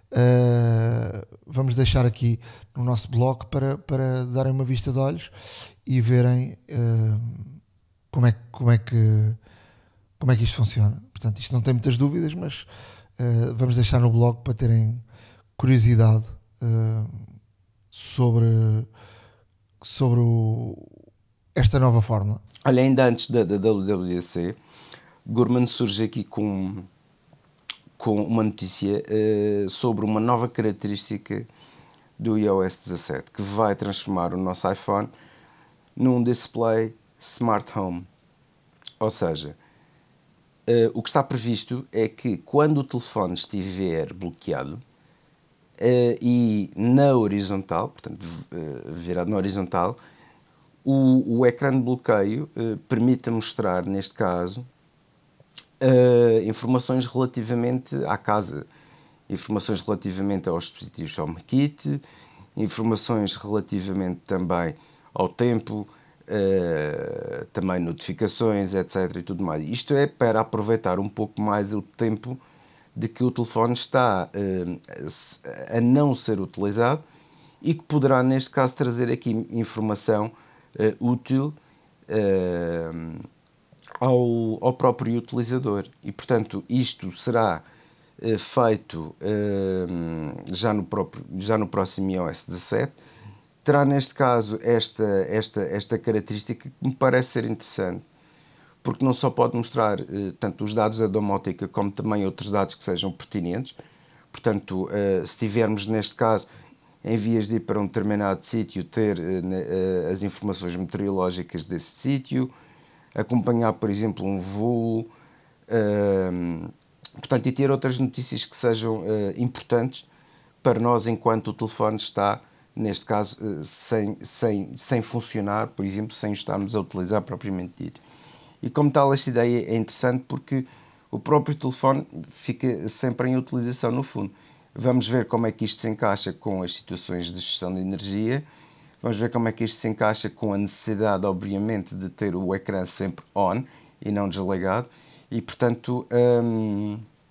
uh, vamos deixar aqui no nosso blog para, para darem uma vista de olhos e verem uh, como, é, como, é que, como é que isto funciona. Portanto, isto não tem muitas dúvidas, mas uh, vamos deixar no blog para terem curiosidade uh, sobre, sobre o, esta nova fórmula. Olha, ainda antes da, da W W D C, Gurman surge aqui com, com uma notícia uh, sobre uma nova característica do i O S dezassete, que vai transformar o nosso iPhone num display Smart Home. Ou seja, uh, o que está previsto é que quando o telefone estiver bloqueado uh, e na horizontal, portanto uh, virado na horizontal, o, o ecrã de bloqueio uh, permite mostrar, neste caso, Uh, informações relativamente à casa, informações relativamente aos dispositivos HomeKit, informações relativamente também ao tempo, uh, também notificações, etc. e tudo mais. Isto é para aproveitar um pouco mais o tempo de que o telefone está uh, a não ser utilizado, e que poderá, neste caso, trazer aqui informação uh, útil uh, Ao, ao próprio utilizador. E portanto isto será uh, feito uh, já, no próprio, já no próximo i O S dezassete. Terá neste caso esta, esta, esta característica que me parece ser interessante, porque não só pode mostrar uh, tanto os dados da domótica como também outros dados que sejam pertinentes. Portanto, uh, se tivermos neste caso em vias de ir para um determinado sítio, ter uh, uh, as informações meteorológicas desse sítio, acompanhar, por exemplo, um voo, uh, portanto, e ter outras notícias que sejam uh, importantes para nós enquanto o telefone está, neste caso, uh, sem, sem, sem funcionar, por exemplo, sem estarmos a utilizar propriamente dito. E como tal, esta ideia é interessante porque o próprio telefone fica sempre em utilização no fundo. Vamos ver como é que isto se encaixa com as situações de gestão de energia. Vamos ver como é que isto se encaixa com a necessidade, obviamente, de ter o ecrã sempre on e não desligado. E, portanto, hum,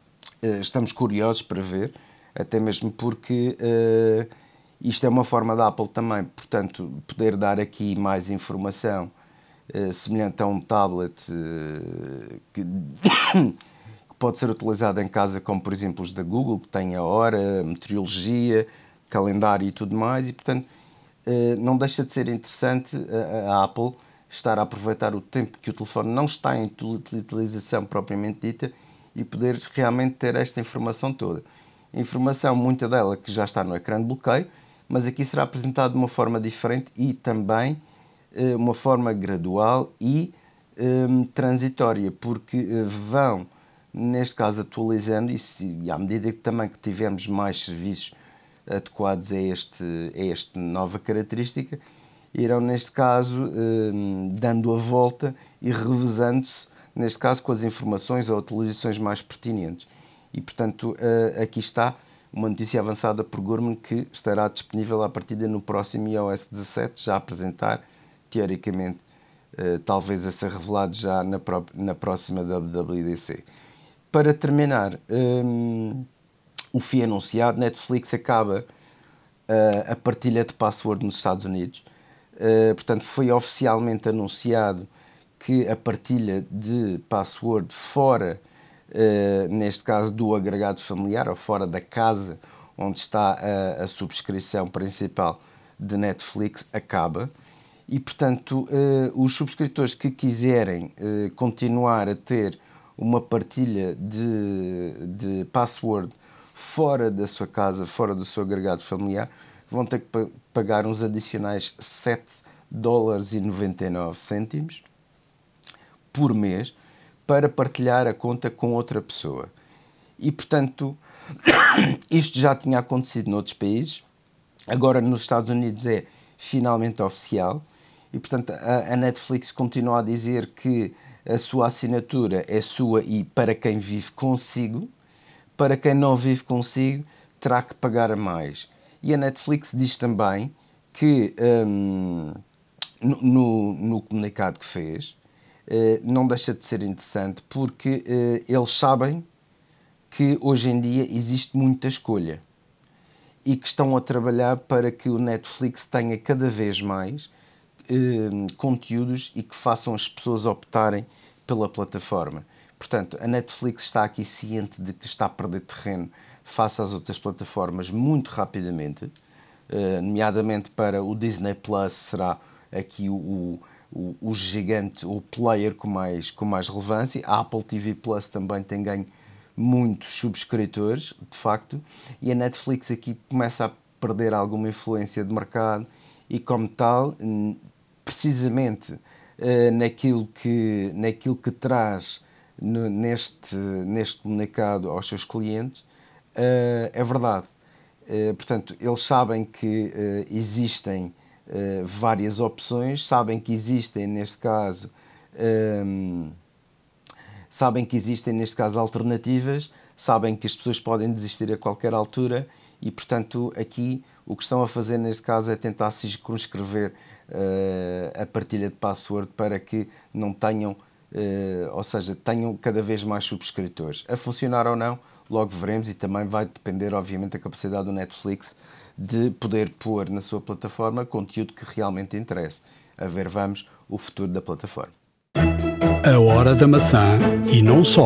uh, estamos curiosos para ver, até mesmo porque uh, isto é uma forma da Apple também, portanto, poder dar aqui mais informação uh, semelhante a um tablet uh, que, que pode ser utilizado em casa, como por exemplo os da Google, que tem a hora, a meteorologia, calendário e tudo mais, e portanto uh, não deixa de ser interessante a, a Apple estar a aproveitar o tempo que o telefone não está em utilização propriamente dita e poder realmente ter esta informação toda. Informação, muita dela que já está no ecrã de bloqueio, mas aqui será apresentada de uma forma diferente e também eh, uma forma gradual e eh, transitória, porque eh, vão, neste caso, atualizando e, se, e à medida que também que tivermos mais serviços adequados a, este, a esta nova característica, irão, neste caso, eh, dando a volta e revezando-se, neste caso, com as informações ou utilizações mais pertinentes. E, portanto, eh, aqui está uma notícia avançada por Gurman que estará disponível a partir de no próximo i O S dezassete, já a apresentar, teoricamente, eh, talvez a ser revelado já na, pró- na próxima W W D C. Para terminar, eh, o F I I anunciado, Netflix acaba eh, a partilha de password nos Estados Unidos. Uh, portanto, foi oficialmente anunciado que a partilha de password fora, uh, neste caso, do agregado familiar ou fora da casa onde está a, a subscrição principal de Netflix acaba e, portanto, uh, os subscritores que quiserem uh, continuar a ter uma partilha de, de password fora da sua casa, fora do seu agregado familiar, vão ter que pagar uns adicionais sete dólares e noventa e nove cêntimos por mês para partilhar a conta com outra pessoa. E, portanto, isto já tinha acontecido noutros países, agora nos Estados Unidos é finalmente oficial e, portanto, a, a Netflix continua a dizer que a sua assinatura é sua e para quem vive consigo, para quem não vive consigo terá que pagar a mais. E a Netflix diz também que hum, no, no comunicado que fez eh, não deixa de ser interessante porque eh, eles sabem que hoje em dia existe muita escolha e que estão a trabalhar para que o Netflix tenha cada vez mais eh, conteúdos e que façam as pessoas optarem pela plataforma. Portanto, a Netflix está aqui ciente de que está a perder terreno face às outras plataformas muito rapidamente, uh, nomeadamente para o Disney Plus será aqui o, o, o gigante, o player com mais, com mais relevância. A Apple T V Plus também tem ganho muitos subscritores, de facto, e a Netflix aqui começa a perder alguma influência de mercado e, como tal, precisamente uh, naquilo, que, naquilo que traz no, neste, neste comunicado aos seus clientes, Uh, é verdade. Uh, portanto, eles sabem que uh, existem uh, várias opções, sabem que existem, neste caso, um, sabem que existem, neste caso, alternativas, sabem que as pessoas podem desistir a qualquer altura e, portanto, aqui o que estão a fazer, neste caso, é tentar circunscrever uh, a partilha de password para que não tenham Uh, ou seja, tenham cada vez mais subscritores. A funcionar ou não, logo veremos e também vai depender, obviamente, da capacidade do Netflix de poder pôr na sua plataforma conteúdo que realmente interesse. A ver, vamos, o futuro da plataforma. A hora da maçã e não só.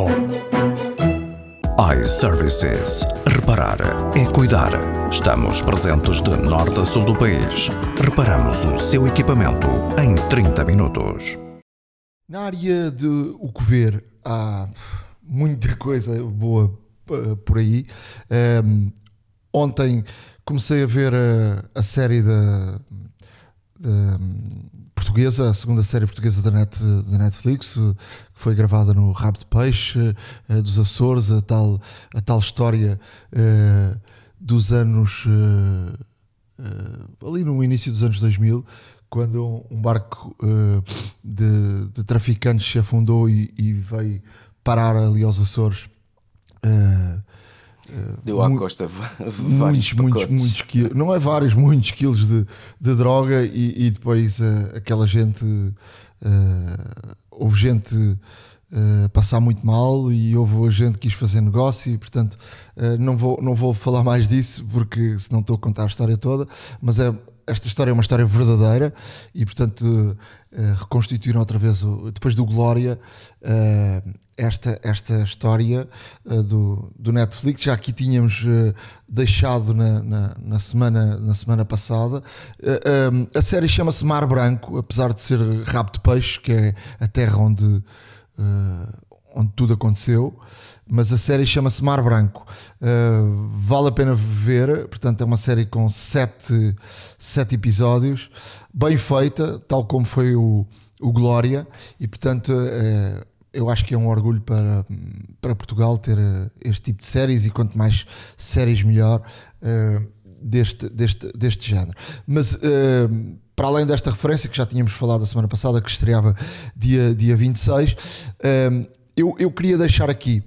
iServices. Reparar é cuidar. Estamos presentes de norte a sul do país. Reparamos o seu equipamento em trinta minutos. Na área de o que ver, há muita coisa boa por aí. Um, ontem comecei a ver a, a série da, da portuguesa, a segunda série portuguesa da, Net, da Netflix, que foi gravada no Rabo de Peixe, uh, dos Açores, a tal, a tal história uh, dos anos, uh, uh, ali no início dos anos dois mil, quando um barco uh, de, de traficantes se afundou e, e veio parar ali aos Açores. Uh, uh, Deu à mu- costa vários muitos, muitos, muitos quilos, não é vários, muitos quilos de, de droga e, e depois uh, aquela gente, uh, houve gente uh, passar muito mal e houve gente que quis fazer negócio e portanto uh, não, vou, não vou falar mais disso porque senão estou a contar a história toda, mas é, esta história é uma história verdadeira e portanto uh, reconstituíram outra vez, o, depois do Glória, uh, esta, esta história uh, do, do Netflix. Já aqui tínhamos uh, deixado na, na, na, semana, na semana passada. Uh, um, a série chama-se Mar Branco, apesar de ser Rabo de Peixe, que é a terra onde, uh, onde tudo aconteceu, mas a série chama-se Mar Branco. Uh, vale a pena ver, portanto é uma série com sete, sete episódios, bem feita, tal como foi o, o Glória, e portanto uh, eu acho que é um orgulho para, para Portugal ter este tipo de séries, e quanto mais séries melhor, uh, deste, deste, deste género. Mas uh, para além desta referência que já tínhamos falado a semana passada, que estreava dia, dia vinte e seis, uh, eu, eu queria deixar aqui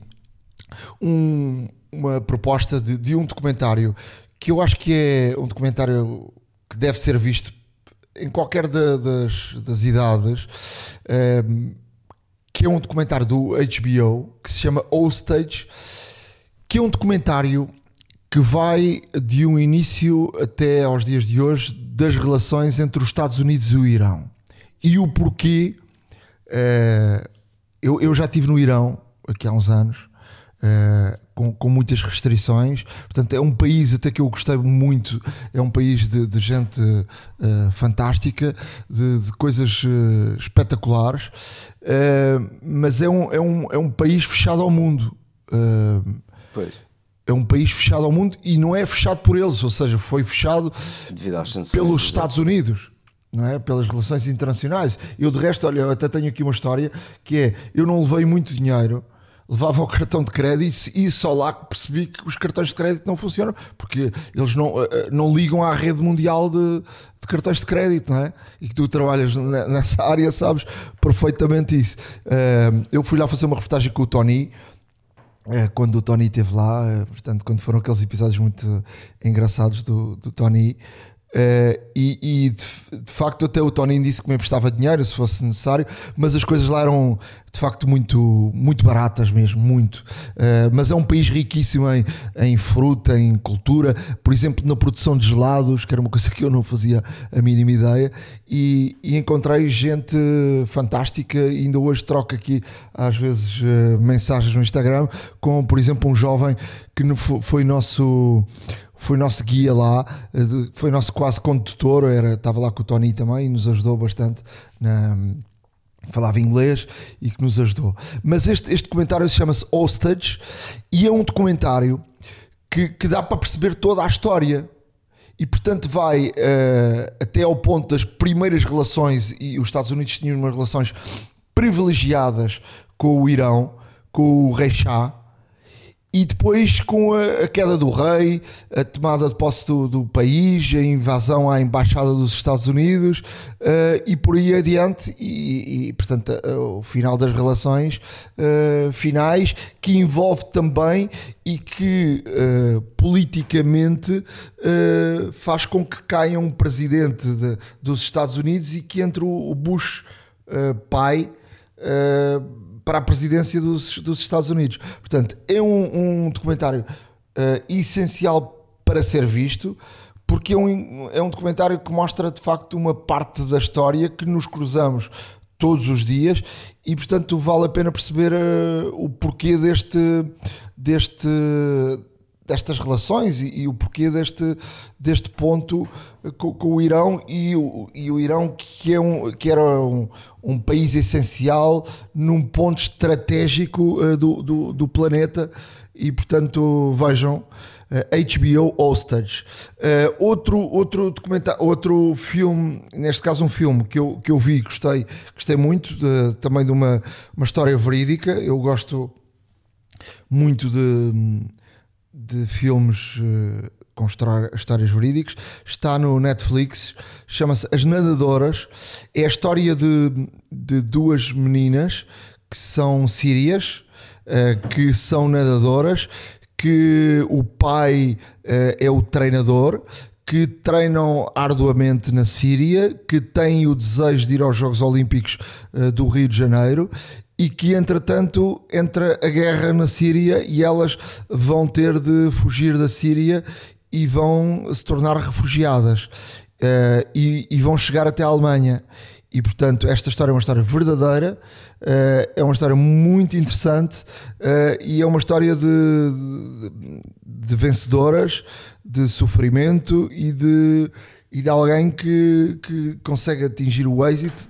um, uma proposta de, de um documentário que eu acho que é um documentário que deve ser visto em qualquer da, das, das idades, uh, que é um documentário do H B O que se chama Hostage, que é um documentário que vai de um início até aos dias de hoje das relações entre os Estados Unidos e o Irão e o porquê. Uh, eu, eu já estive no Irão aqui há uns anos, uh, com, com muitas restrições, portanto é um país até que eu gostei muito, é um país de, de gente uh, fantástica, de, de coisas uh, espetaculares, uh, mas é um, é, um, é um país fechado ao mundo. Uh, pois. É um país fechado ao mundo e não é fechado por eles, ou seja, foi fechado pelos Estados Unidos, não é? Pelas relações internacionais. Eu de resto, olha, eu até tenho aqui uma história que é, eu não levei muito dinheiro, levava o cartão de crédito e só lá percebi que os cartões de crédito não funcionam, porque eles não, não ligam à rede mundial de, de cartões de crédito, não é? E que tu trabalhas nessa área, sabes perfeitamente isso. Eu fui lá fazer uma reportagem com o Tony, quando o Tony esteve lá, portanto, quando foram aqueles episódios muito engraçados do, do Tony, uh, e, e de, de facto até o Tony disse que me emprestava dinheiro se fosse necessário, mas as coisas lá eram de facto muito, muito baratas mesmo, muito. Uh, mas é um país riquíssimo em, em fruta, em cultura, por exemplo na produção de gelados, que era uma coisa que eu não fazia a mínima ideia, e, e encontrei gente fantástica, e ainda hoje troco aqui às vezes uh, mensagens no Instagram com, por exemplo, um jovem que foi nosso foi nosso guia lá, foi nosso quase condutor, era, estava lá com o Tony também e nos ajudou bastante na... falava inglês e que nos ajudou. Mas este, este documentário chama-se Hostage e é um documentário que, que dá para perceber toda a história e portanto vai uh, até ao ponto das primeiras relações, e os Estados Unidos tinham umas relações privilegiadas com o Irão, com o rei Shah, e depois com a, a queda do rei, a tomada de posse do, do país, a invasão à embaixada dos Estados Unidos, uh, e por aí adiante, e, e portanto uh, o final das relações uh, finais, que envolve também e que uh, politicamente uh, faz com que caia um presidente de, dos Estados Unidos e que entre o, o Bush uh, pai uh, para a presidência dos, dos Estados Unidos. Portanto, é um, um documentário uh, essencial para ser visto, porque é um, é um documentário que mostra de facto uma parte da história que nos cruzamos todos os dias e portanto vale a pena perceber uh, o porquê deste, deste, destas relações e, e o porquê deste, deste ponto com, com o Irão e o, e o Irão que, é um, que era um, um país essencial num ponto estratégico uh, do, do, do planeta e portanto vejam uh, H B O Hostage. Uh, outro, outro documentário, outro filme, neste caso um filme que eu, que eu vi e gostei, gostei muito, de, também de uma, uma história verídica. Eu gosto muito de de filmes uh, com histórias verídicas, está no Netflix, chama-se As Nadadoras, é a história de, de duas meninas que são sírias, uh, que são nadadoras, que o pai uh, é o treinador, que treinam arduamente na Síria, que têm o desejo de ir aos Jogos Olímpicos uh, do Rio de Janeiro e que entretanto entra a guerra na Síria e elas vão ter de fugir da Síria e vão se tornar refugiadas uh, e, e vão chegar até a Alemanha. E portanto esta história é uma história verdadeira, uh, é uma história muito interessante uh, e é uma história de, de, de vencedoras, de sofrimento e de, e de alguém que, que consegue atingir o êxito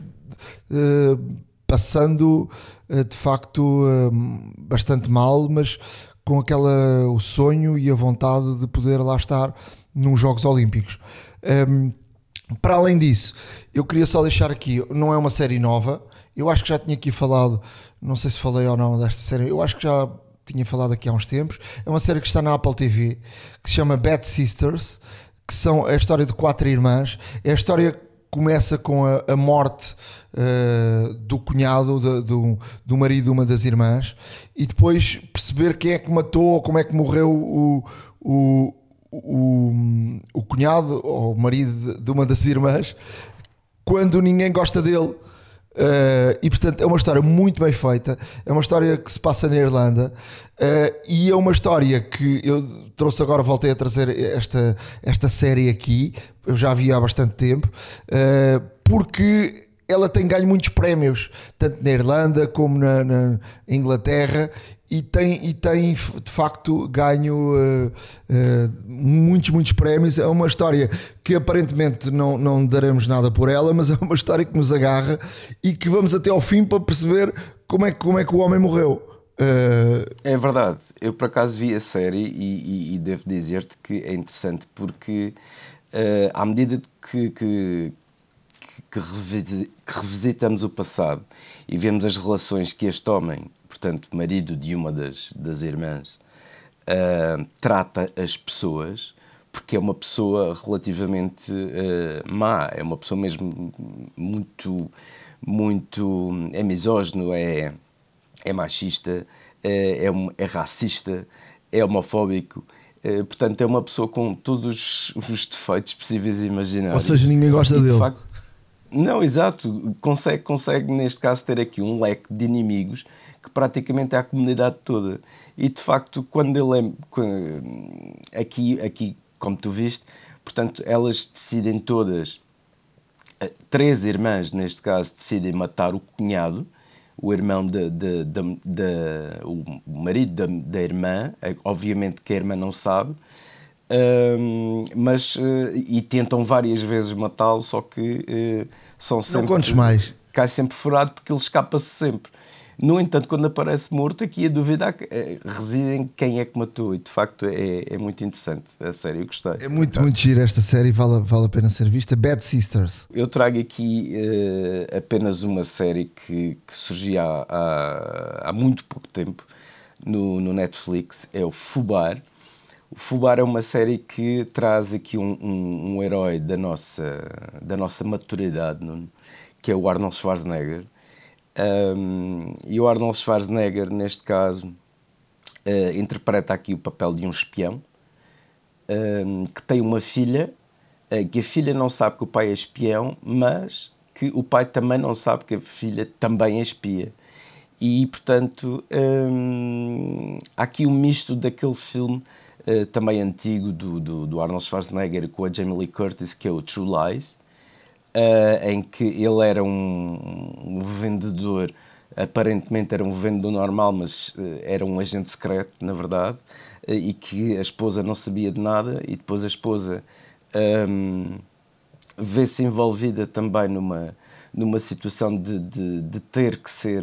uh, passando uh, de facto uh, bastante mal, mas com aquela, o sonho e a vontade de poder lá estar nos Jogos Olímpicos. Um, Para além disso, eu queria só deixar aqui, não é uma série nova, eu acho que já tinha aqui falado, não sei se falei ou não desta série, eu acho que já tinha falado aqui há uns tempos, é uma série que está na Apple T V, que se chama Bad Sisters, que são a história de quatro irmãs, é a história que começa com a, a morte uh, do cunhado, de, do, do marido de uma das irmãs, e depois perceber quem é que matou, ou como é que morreu o... o O, o cunhado ou o marido de, de uma das irmãs quando ninguém gosta dele, uh, e portanto é uma história muito bem feita, é uma história que se passa na Irlanda, uh, e é uma história que eu trouxe agora, voltei a trazer esta, esta série aqui, eu já vi há bastante tempo, uh, porque ela tem ganho muitos prémios tanto na Irlanda como na, na Inglaterra, e tem, e tem de facto ganho uh, uh, muitos, muitos prémios. É uma história que aparentemente não, não daremos nada por ela, mas é uma história que nos agarra e que vamos até ao fim para perceber como é, como é que o homem morreu. Uh... É verdade, eu por acaso vi a série e, e, e devo dizer-te que é interessante porque uh, à medida que, que, que, que revisitamos o passado e vemos as relações que este homem, portanto marido de uma das, das irmãs, uh, trata as pessoas, porque é uma pessoa relativamente uh, má, é uma pessoa mesmo muito, muito, é misógino, é, é machista, é, é, um, é racista, é homofóbico, é, portanto é uma pessoa com todos os, os defeitos possíveis e imaginários. Ou seja, ninguém gosta e, de dele. Facto, não, exato, consegue, consegue neste caso ter aqui um leque de inimigos que praticamente é a comunidade toda. E de facto, quando ele é aqui, aqui como tu viste, portanto, elas decidem todas, três irmãs neste caso, decidem matar o cunhado, o irmão de, de, de, de o marido da, da irmã, obviamente que a irmã não sabe. Um, mas uh, e tentam várias vezes matá-lo, só que uh, são sempre, não contes mais, cai sempre furado porque ele escapa-se sempre. No entanto, quando aparece morto, aqui a dúvida é, reside em quem é que matou, e de facto é, é muito interessante a série, eu gostei. É muito, muito gira esta série, vale, vale a pena ser vista. Bad Sisters. Eu trago aqui uh, apenas uma série que, que surgiu há, há, há muito pouco tempo no, no Netflix, é o Fubar. O Fubar é uma série que traz aqui um, um, um herói da nossa, da nossa maturidade, que é o Arnold Schwarzenegger. Um, e o Arnold Schwarzenegger, neste caso, uh, interpreta aqui o papel de um espião um, que tem uma filha, uh, que a filha não sabe que o pai é espião, mas que o pai também não sabe que a filha também é espia. E, portanto, um, há aqui um misto daquele filme Uh, também antigo do, do, do Arnold Schwarzenegger com a Jamie Lee Curtis, que é o True Lies, uh, em que ele era um, um vendedor, aparentemente era um vendedor normal, mas uh, era um agente secreto, na verdade, uh, e que a esposa não sabia de nada, e depois a esposa um, vê-se envolvida também numa, numa situação de, de, de ter que ser,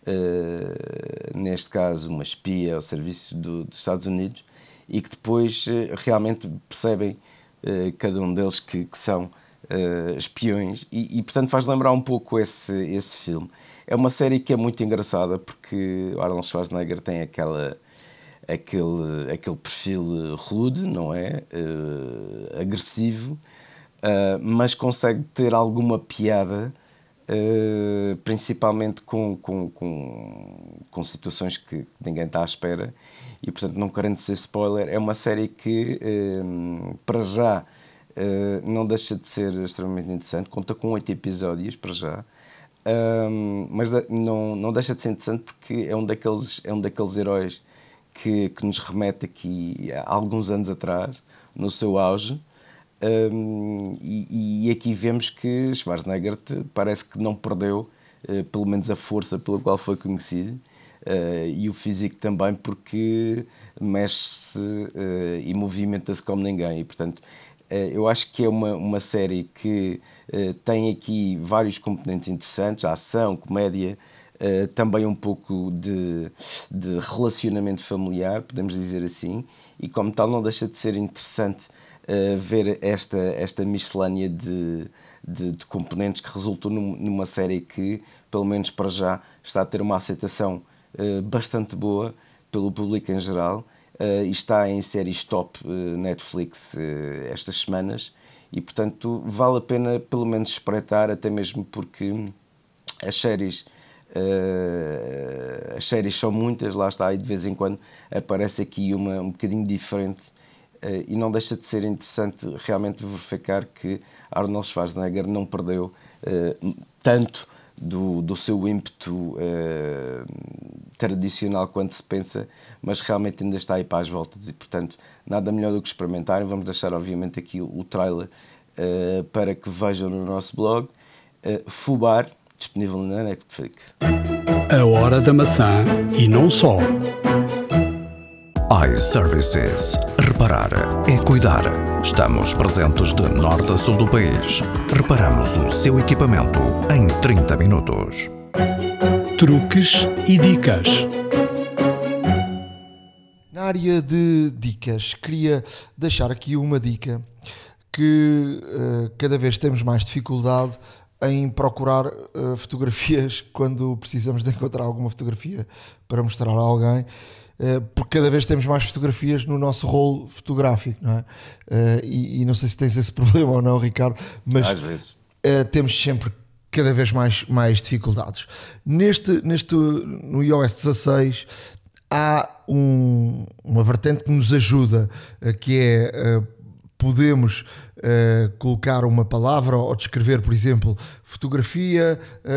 uh, neste caso, uma espia ao serviço do, dos Estados Unidos, e que depois uh, realmente percebem uh, cada um deles que, que são uh, espiões, e, e portanto faz lembrar um pouco esse, esse filme. É uma série que é muito engraçada porque Arnold Schwarzenegger tem aquela, aquele, aquele perfil rude, não é? Uh, agressivo, uh, mas consegue ter alguma piada, uh, principalmente com, com, com, com situações que ninguém está à espera. E, portanto, não querendo ser spoiler, é uma série que, eh, para já, eh, não deixa de ser extremamente interessante. Conta com oito episódios, para já. Um, mas não, não deixa de ser interessante porque é um daqueles, é um daqueles heróis que, que nos remete aqui há alguns anos atrás, no seu auge. Um, e, e aqui vemos que Schwarzenegger parece que não perdeu, uh, pelo menos a força pela qual foi conhecido, uh, e o físico também, porque mexe-se uh, e movimenta-se como ninguém. E, portanto, uh, eu acho que é uma, uma série que uh, tem aqui vários componentes interessantes: a ação, comédia, uh, também um pouco de, de relacionamento familiar, podemos dizer assim, e como tal não deixa de ser interessante Uh, ver esta, esta miscelânea de, de, de componentes que resultou num, numa série que, pelo menos para já, está a ter uma aceitação uh, bastante boa pelo público em geral, uh, e está em séries top uh, Netflix uh, estas semanas, e portanto vale a pena pelo menos espreitar, até mesmo porque as séries uh, as séries são muitas, lá está, e de vez em quando aparece aqui uma um bocadinho diferente. Uh, e não deixa de ser interessante realmente verificar que Arnold Schwarzenegger não perdeu uh, tanto do, do seu ímpeto uh, tradicional quanto se pensa, mas realmente ainda está aí para as voltas, e portanto nada melhor do que experimentarem. Vamos deixar obviamente aqui o, o trailer uh, para que vejam no nosso blog. uh, Fubar, disponível na Netflix. A Hora da Maçã e não só. iServices. Reparar é cuidar. Estamos presentes de norte a sul do país. Reparamos o seu equipamento em trinta minutos. Truques e dicas. Na área de dicas, queria deixar aqui uma dica que uh, cada vez temos mais dificuldade em procurar uh, fotografias quando precisamos de encontrar alguma fotografia para mostrar a alguém. Porque cada vez temos mais fotografias no nosso rolo fotográfico, não é? Uh, e, e não sei se tens esse problema ou não, Ricardo, mas às vezes uh, temos sempre cada vez mais, mais dificuldades. Neste, neste, no i O S dezasseis há um, uma vertente que nos ajuda, uh, que é uh, podemos uh, colocar uma palavra ou descrever, por exemplo, fotografia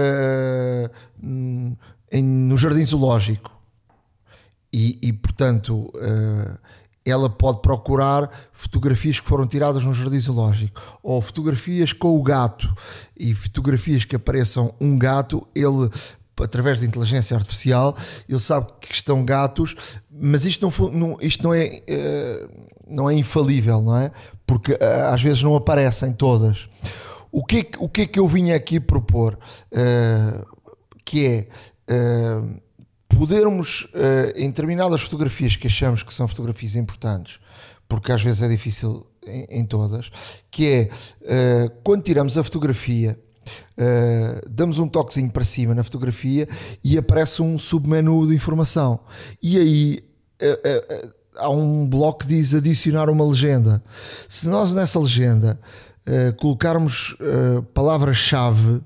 uh, em, no jardim zoológico. E, e, portanto, uh, ela pode procurar fotografias que foram tiradas no jardim zoológico, ou fotografias com o gato, e fotografias que apareçam um gato. Ele, através da inteligência artificial, ele sabe que estão gatos, mas isto não, não, isto não, é, uh, não é infalível, não é? Porque uh, às vezes não aparecem todas. O que é que, o que, é que eu vinha aqui propor? Uh, que é... Uh, podermos, em determinadas fotografias que achamos que são fotografias importantes, porque às vezes é difícil em, em todas, que é, quando tiramos a fotografia, damos um toquezinho para cima na fotografia e aparece um submenu de informação. E aí há um bloco que diz adicionar uma legenda. Se nós nessa legenda colocarmos palavra-chave,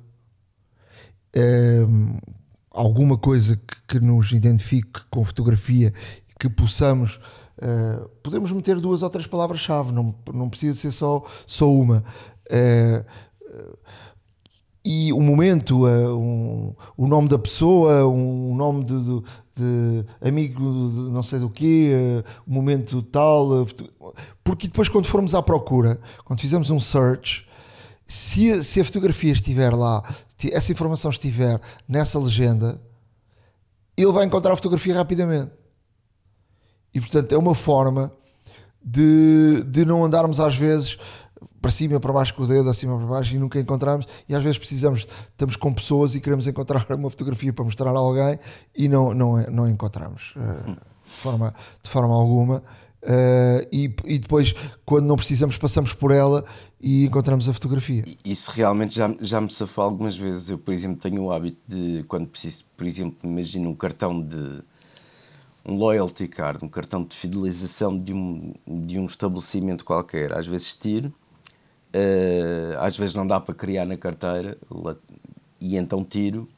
alguma coisa que, que nos identifique com fotografia, que possamos, uh, podemos meter duas ou três palavras-chave, não, não precisa ser só, só uma. Uh, uh, e o momento, uh, um, o nome da pessoa, um nome de, de, de amigo de não sei do quê, uh, o momento tal. Uh, porque depois, quando formos à procura, quando fizermos um search, se, se a fotografia estiver lá, essa informação estiver nessa legenda, ele vai encontrar a fotografia rapidamente. E portanto é uma forma de, de não andarmos às vezes para cima, para baixo com o dedo, acima, para baixo, e nunca encontramos. E às vezes precisamos, estamos com pessoas e queremos encontrar uma fotografia para mostrar a alguém e não, não, não encontramos uh, de, forma, de forma alguma. Uh, e, e depois, quando não precisamos, passamos por ela e encontramos a fotografia. Isso realmente já, já me safou algumas vezes. Eu, por exemplo, tenho o hábito de, quando preciso, por exemplo, imagino um cartão de um loyalty card, um cartão de fidelização de um, de um estabelecimento qualquer, às vezes tiro, uh, às vezes não dá para criar na carteira, e então tiro.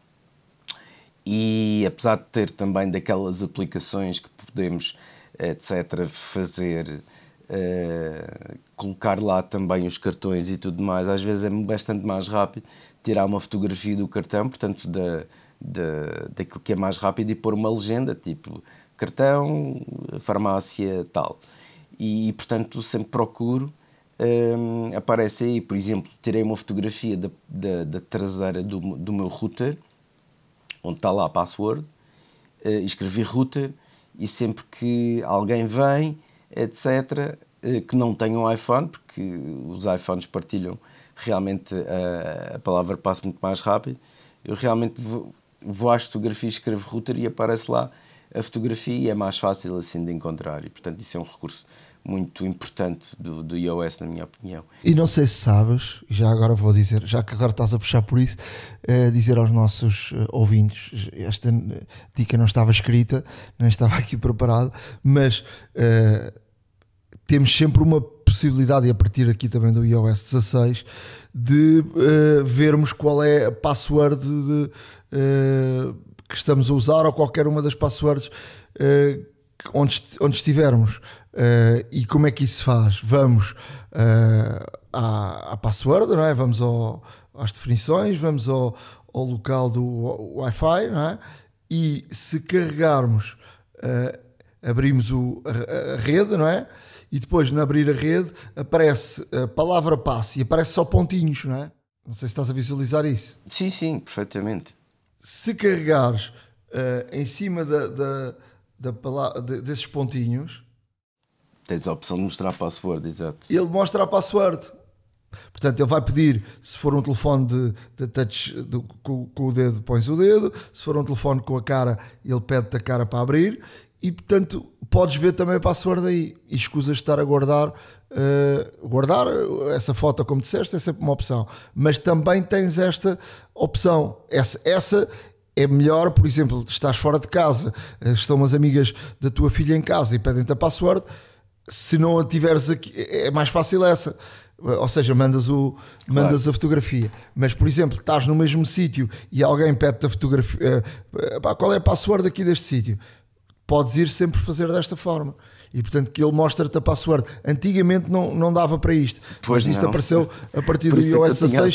E apesar de ter também daquelas aplicações que podemos, etc, fazer uh, colocar lá também os cartões e tudo mais, às vezes é bastante mais rápido tirar uma fotografia do cartão, portanto da, da, daquilo que é mais rápido, e pôr uma legenda tipo cartão, farmácia, tal. E portanto sempre procuro, um, aparece aí, por exemplo, tirei uma fotografia da, da, da traseira do, do meu router, onde está lá a password, uh, escrevi router, e sempre que alguém vem, etcétera, uh, que não tenha um iPhone, porque os iPhones partilham realmente a, a palavra passe muito mais rápido, eu realmente vou, vou às fotografias, escrevo router e aparece lá a fotografia, e é mais fácil assim de encontrar, e portanto isso é um recurso muito importante do, do iOS, na minha opinião. E não sei se sabes, já agora vou dizer, já que agora estás a puxar por isso, uh, dizer aos nossos uh, ouvintes, esta dica não estava escrita, não estava aqui preparado, mas uh, temos sempre uma possibilidade, e a partir aqui também do iOS dezasseis, de uh, vermos qual é a password de, uh, que estamos a usar, ou qualquer uma das passwords uh, onde, onde estivermos. Uh, e como é que isso se faz? Vamos uh, à, à password, não é? Vamos ao, às definições, vamos ao, ao local do Wi-Fi, não é? E se carregarmos, uh, abrimos o, a, a rede, não é? E depois, no abrir a rede, aparece a palavra passe e aparece só pontinhos, não é? Não sei se estás a visualizar isso. Sim, sim, perfeitamente. Se carregares uh, em cima da, da, da palavra, de, desses pontinhos, tens a opção de mostrar a password, exato. Ele mostra a password. Portanto, ele vai pedir, se for um telefone de, de touch, de, com, com o dedo, pões o dedo. Se for um telefone com a cara, ele pede-te a cara para abrir. E, portanto, podes ver também a password aí. E escusas de estar a guardar, uh, guardar essa foto, como disseste, é sempre uma opção. Mas também tens esta opção. Essa, essa é melhor, por exemplo, estás fora de casa, estão umas amigas da tua filha em casa e pedem-te a password. Se não a tiveres aqui, é mais fácil essa. Ou seja, mandas, o, claro. mandas a fotografia. Mas, por exemplo, estás no mesmo sítio e alguém pede-te a fotografia. Uh, qual é a password aqui deste sítio? Podes ir sempre fazer desta forma. E, portanto, que ele mostra-te a password. Antigamente não, não dava para isto. Pois mas isto não. apareceu a partir do iOS dezasseis.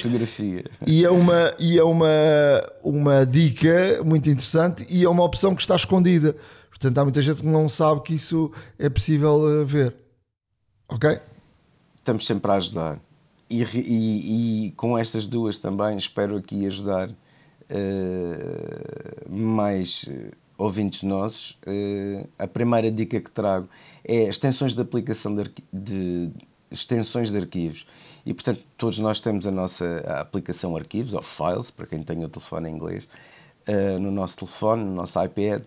E é, uma, e é uma, uma dica muito interessante, e é uma opção que está escondida. Portanto, há muita gente que não sabe que isso é possível ver. Ok? Estamos sempre a ajudar. E, e, e com estas duas também espero aqui ajudar uh, mais ouvintes nossos. Uh, a primeira dica que trago é extensões de aplicação de, arqui- de extensões de arquivos. E, portanto, todos nós temos a nossa a aplicação Arquivos, ou Files, para quem tem o telefone em inglês, uh, no nosso telefone, no nosso iPad.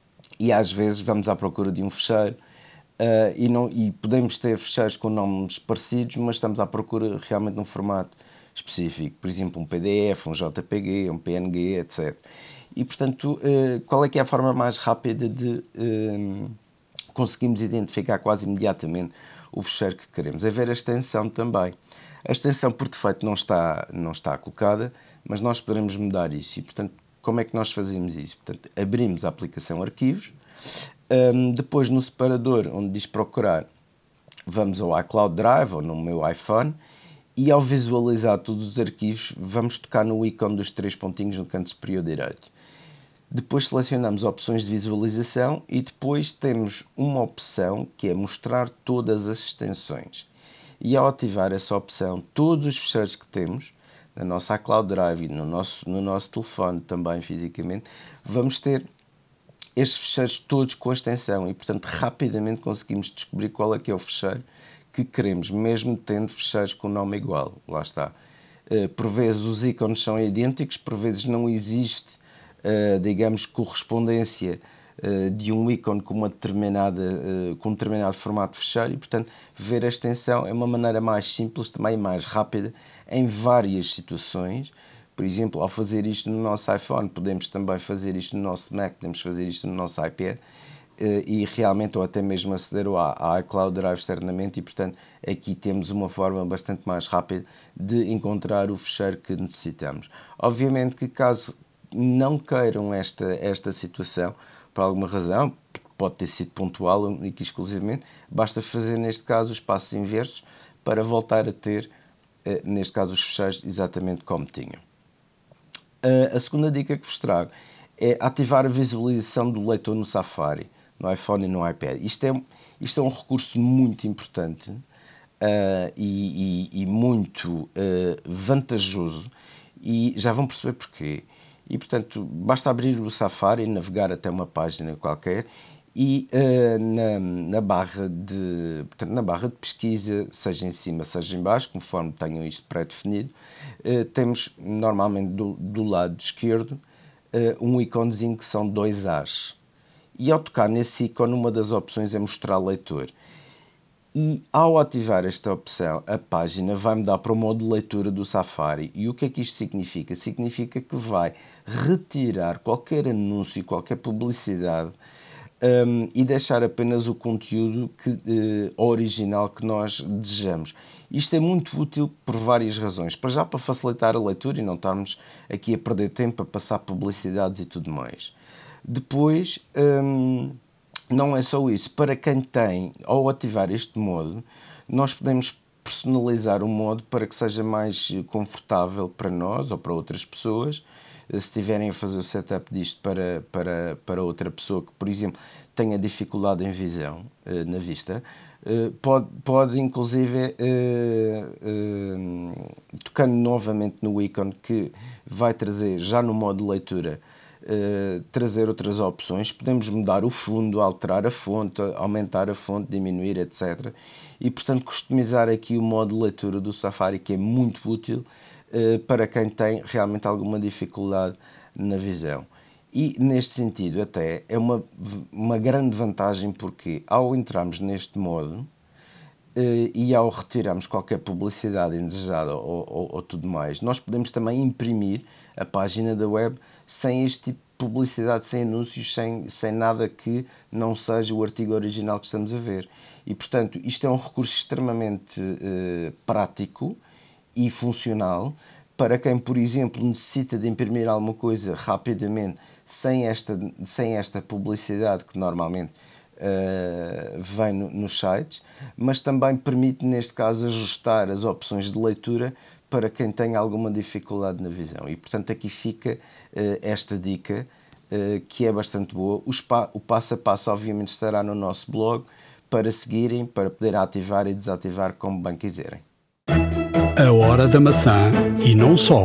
E às vezes vamos à procura de um fecheiro uh, e, não, e podemos ter fecheiros com nomes parecidos, mas estamos à procura realmente de um formato específico. Por exemplo, um P D F, um J P G, um P N G, etcétera. E, portanto, uh, qual é que é a forma mais rápida de uh, conseguirmos identificar quase imediatamente o fecheiro que queremos? É ver a extensão também. A extensão, por defeito, não está, não está colocada, mas nós poderemos mudar isso. E, portanto, como é que nós fazemos isso? Portanto, abrimos a aplicação Arquivos, um, depois no separador onde diz procurar, vamos ao iCloud Drive ou no meu iPhone, e ao visualizar todos os arquivos, vamos tocar no ícone dos três pontinhos no canto superior direito. Depois selecionamos opções de visualização e depois temos uma opção que é mostrar todas as extensões. E ao ativar essa opção, todos os fecheiros que temos na nossa iCloud Drive e no nosso, no nosso telefone também fisicamente, vamos ter estes fecheiros todos com a extensão e, portanto, rapidamente conseguimos descobrir qual é que é o fecheiro que queremos, mesmo tendo fecheiros com nome igual. Lá está. Uh, por vezes os ícones são idênticos, por vezes não existe, uh, digamos, correspondência uh, de um ícone com, uma determinada, uh, com um determinado formato de fecheiro e, portanto, ver a extensão é uma maneira mais simples, também mais rápida, em várias situações. Por exemplo, ao fazer isto no nosso iPhone, podemos também fazer isto no nosso Mac, podemos fazer isto no nosso iPad, e realmente, ou até mesmo aceder ao iCloud Drive externamente, e portanto aqui temos uma forma bastante mais rápida de encontrar o fecheiro que necessitamos. Obviamente que caso não queiram esta, esta situação, por alguma razão, pode ter sido pontual, único e exclusivamente, basta fazer neste caso os passos inversos para voltar a ter, neste caso, os fecheiros exatamente como tinham. A segunda dica que vos trago é ativar a visualização do leitor no Safari, no iPhone e no iPad. Isto é, isto é um recurso muito importante uh, e, e, e muito uh, vantajoso, e já vão perceber porquê. E, portanto, basta abrir o Safari, navegar até uma página qualquer e uh, na, na, barra de, portanto, na barra de pesquisa, seja em cima, seja em baixo, conforme tenham isto pré-definido, uh, temos normalmente do, do lado esquerdo uh, um iconezinho que são dois As. E ao tocar nesse ícone, uma das opções é mostrar leitor. E ao ativar esta opção, a página vai mudar para o modo de leitura do Safari. E o que é que isto significa? Significa que vai retirar qualquer anúncio, qualquer publicidade, Um, e deixar apenas o conteúdo que, uh, original que nós desejamos. Isto é muito útil por várias razões. Para já, para facilitar a leitura e não estarmos aqui a perder tempo a passar publicidades e tudo mais. Depois, um, não é só isso. Para quem tem, ao ativar este modo, nós podemos personalizar o modo para que seja mais confortável para nós ou para outras pessoas. Se estiverem a fazer o setup disto para, para, para outra pessoa que, por exemplo, tenha dificuldade em visão, uh, na vista, uh, pode, pode inclusive, uh, uh, tocando novamente no ícone que vai trazer, já no modo de leitura, uh, trazer outras opções. Podemos mudar o fundo, alterar a fonte, aumentar a fonte, diminuir, etcétera. E, portanto, customizar aqui o modo de leitura do Safari, que é muito útil para quem tem realmente alguma dificuldade na visão. E, neste sentido, até é uma, uma grande vantagem, porque ao entrarmos neste modo e ao retirarmos qualquer publicidade indesejada ou, ou, ou tudo mais, nós podemos também imprimir a página da web sem este tipo de publicidade, sem anúncios, sem, sem nada que não seja o artigo original que estamos a ver. E, portanto, isto é um recurso extremamente uh, prático e funcional para quem, por exemplo, necessita de imprimir alguma coisa rapidamente sem esta, sem esta publicidade que normalmente uh, vem no, nos sites, mas também permite, neste caso, ajustar as opções de leitura para quem tem alguma dificuldade na visão. E, portanto, aqui fica uh, esta dica, uh, que é bastante boa. O, spa, o passo a passo, obviamente, estará no nosso blog para seguirem, para poder ativar e desativar como bem quiserem. A Hora da Maçã e não só.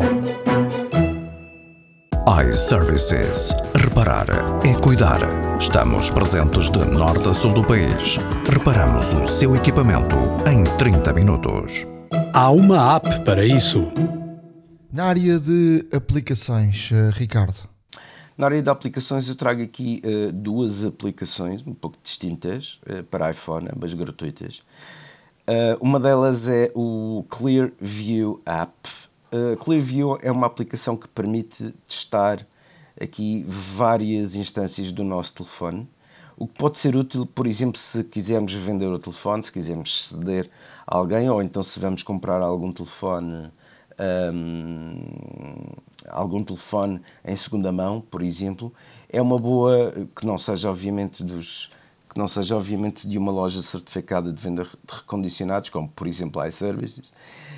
iServices. Reparar é cuidar. Estamos presentes de norte a sul do país. Reparamos o seu equipamento em trinta minutos. Há uma app para isso. Na área de aplicações, Ricardo. Na área de aplicações eu trago aqui uh, duas aplicações um pouco distintas uh, para iPhone, ambas gratuitas. Uh, uma delas é o Clearview App. Uh, Clearview é uma aplicação que permite testar aqui várias instâncias do nosso telefone, o que pode ser útil, por exemplo, se quisermos vender o telefone, se quisermos ceder a alguém, ou então se vamos comprar algum telefone, um, algum telefone em segunda mão, por exemplo. É uma boa, que não seja obviamente dos... que não seja obviamente de uma loja certificada de venda de recondicionados, como por exemplo a iServices.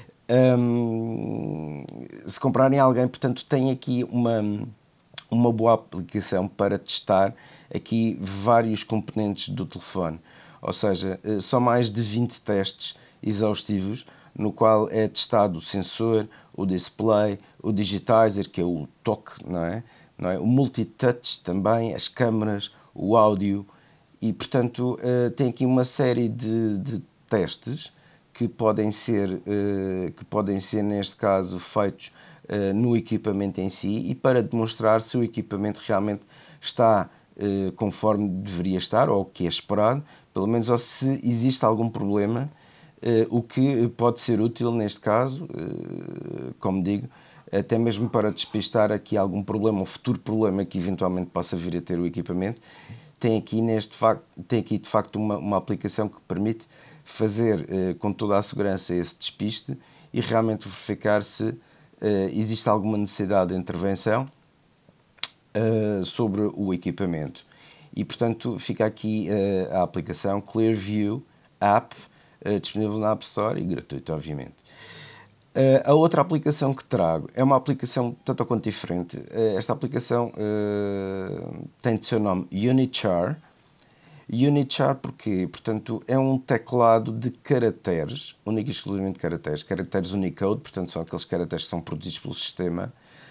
Um, se comprarem alguém, portanto, tem aqui uma, uma boa aplicação para testar aqui vários componentes do telefone. Ou seja, são mais de vinte testes exaustivos, no qual é testado o sensor, o display, o digitizer, que é o toque, não é? Não é? O multitouch também, as câmaras, o áudio. E, portanto, uh, tem aqui uma série de, de testes que podem ser, uh, que podem ser, neste caso, feitos uh, no equipamento em si, e para demonstrar se o equipamento realmente está uh, conforme deveria estar, ou o que é esperado, pelo menos, ou se existe algum problema, uh, o que pode ser útil neste caso, uh, como digo, até mesmo para despistar aqui algum problema, ou futuro problema que eventualmente possa vir a ter o equipamento. Tem aqui, neste facto, tem aqui de facto uma, uma aplicação que permite fazer eh, com toda a segurança esse despiste e realmente verificar se eh, existe alguma necessidade de intervenção eh, sobre o equipamento. E portanto fica aqui uh, a aplicação Clearview App, uh, disponível na App Store e gratuito, obviamente. Uh, a outra aplicação que trago é uma aplicação tanto ou quanto diferente. Uh, esta aplicação uh, tem de seu nome Unichar. Unichar porque, portanto, é um teclado de caracteres, único e exclusivamente caracteres, caracteres Unicode, portanto são aqueles caracteres que são produzidos pelo sistema,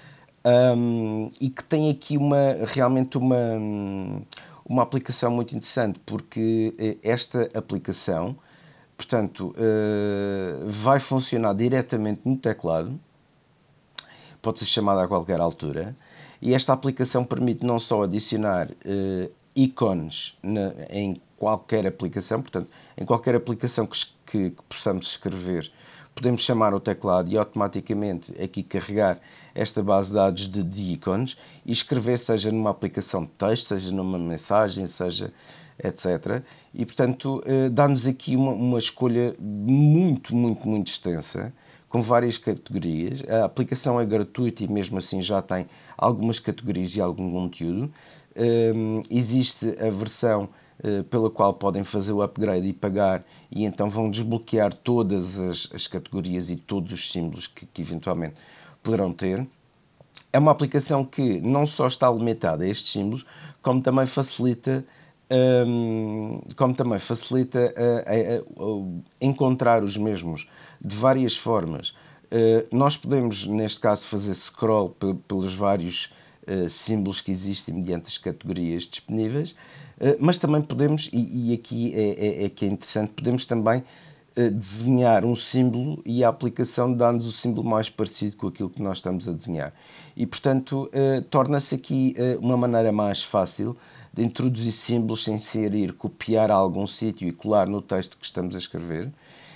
um, e que tem aqui uma, realmente uma, uma aplicação muito interessante, porque esta aplicação, portanto, uh, vai funcionar diretamente no teclado, pode ser chamada a qualquer altura, e esta aplicação permite não só adicionar uh, ícones na, em qualquer aplicação, portanto, em qualquer aplicação que, que, que possamos escrever, podemos chamar o teclado e automaticamente aqui carregar esta base de dados de, de ícones e escrever, seja numa aplicação de texto, seja numa mensagem, seja etcétera. E, portanto, eh, dá-nos aqui uma, uma escolha muito, muito, muito extensa, com várias categorias. A aplicação é gratuita e mesmo assim já tem algumas categorias e algum conteúdo. Um, existe a versão uh, pela qual podem fazer o upgrade e pagar, e então vão desbloquear todas as, as categorias e todos os símbolos que, que eventualmente poderão ter. É uma aplicação que não só está limitada a estes símbolos, como também facilita um, como também facilita a, a, a encontrar os mesmos de várias formas. Uh, nós podemos, neste caso, fazer scroll p- pelos vários Uh, símbolos que existem mediante as categorias disponíveis, uh, mas também podemos, e, e aqui é, é, é que é interessante, podemos também uh, desenhar um símbolo e a aplicação dá-nos o símbolo mais parecido com aquilo que nós estamos a desenhar. E, portanto, uh, torna-se aqui uh, uma maneira mais fácil de introduzir símbolos sem ser ir copiar a algum sítio e colar no texto que estamos a escrever.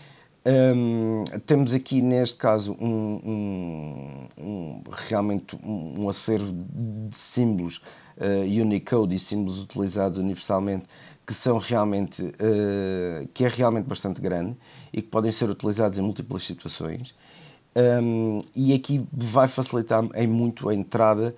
Um, temos aqui neste caso um, um, um, realmente um, um acervo de símbolos uh, Unicode e símbolos utilizados universalmente que são realmente uh, que é realmente bastante grande e que podem ser utilizados em múltiplas situações, um, e aqui vai facilitar em muito a entrada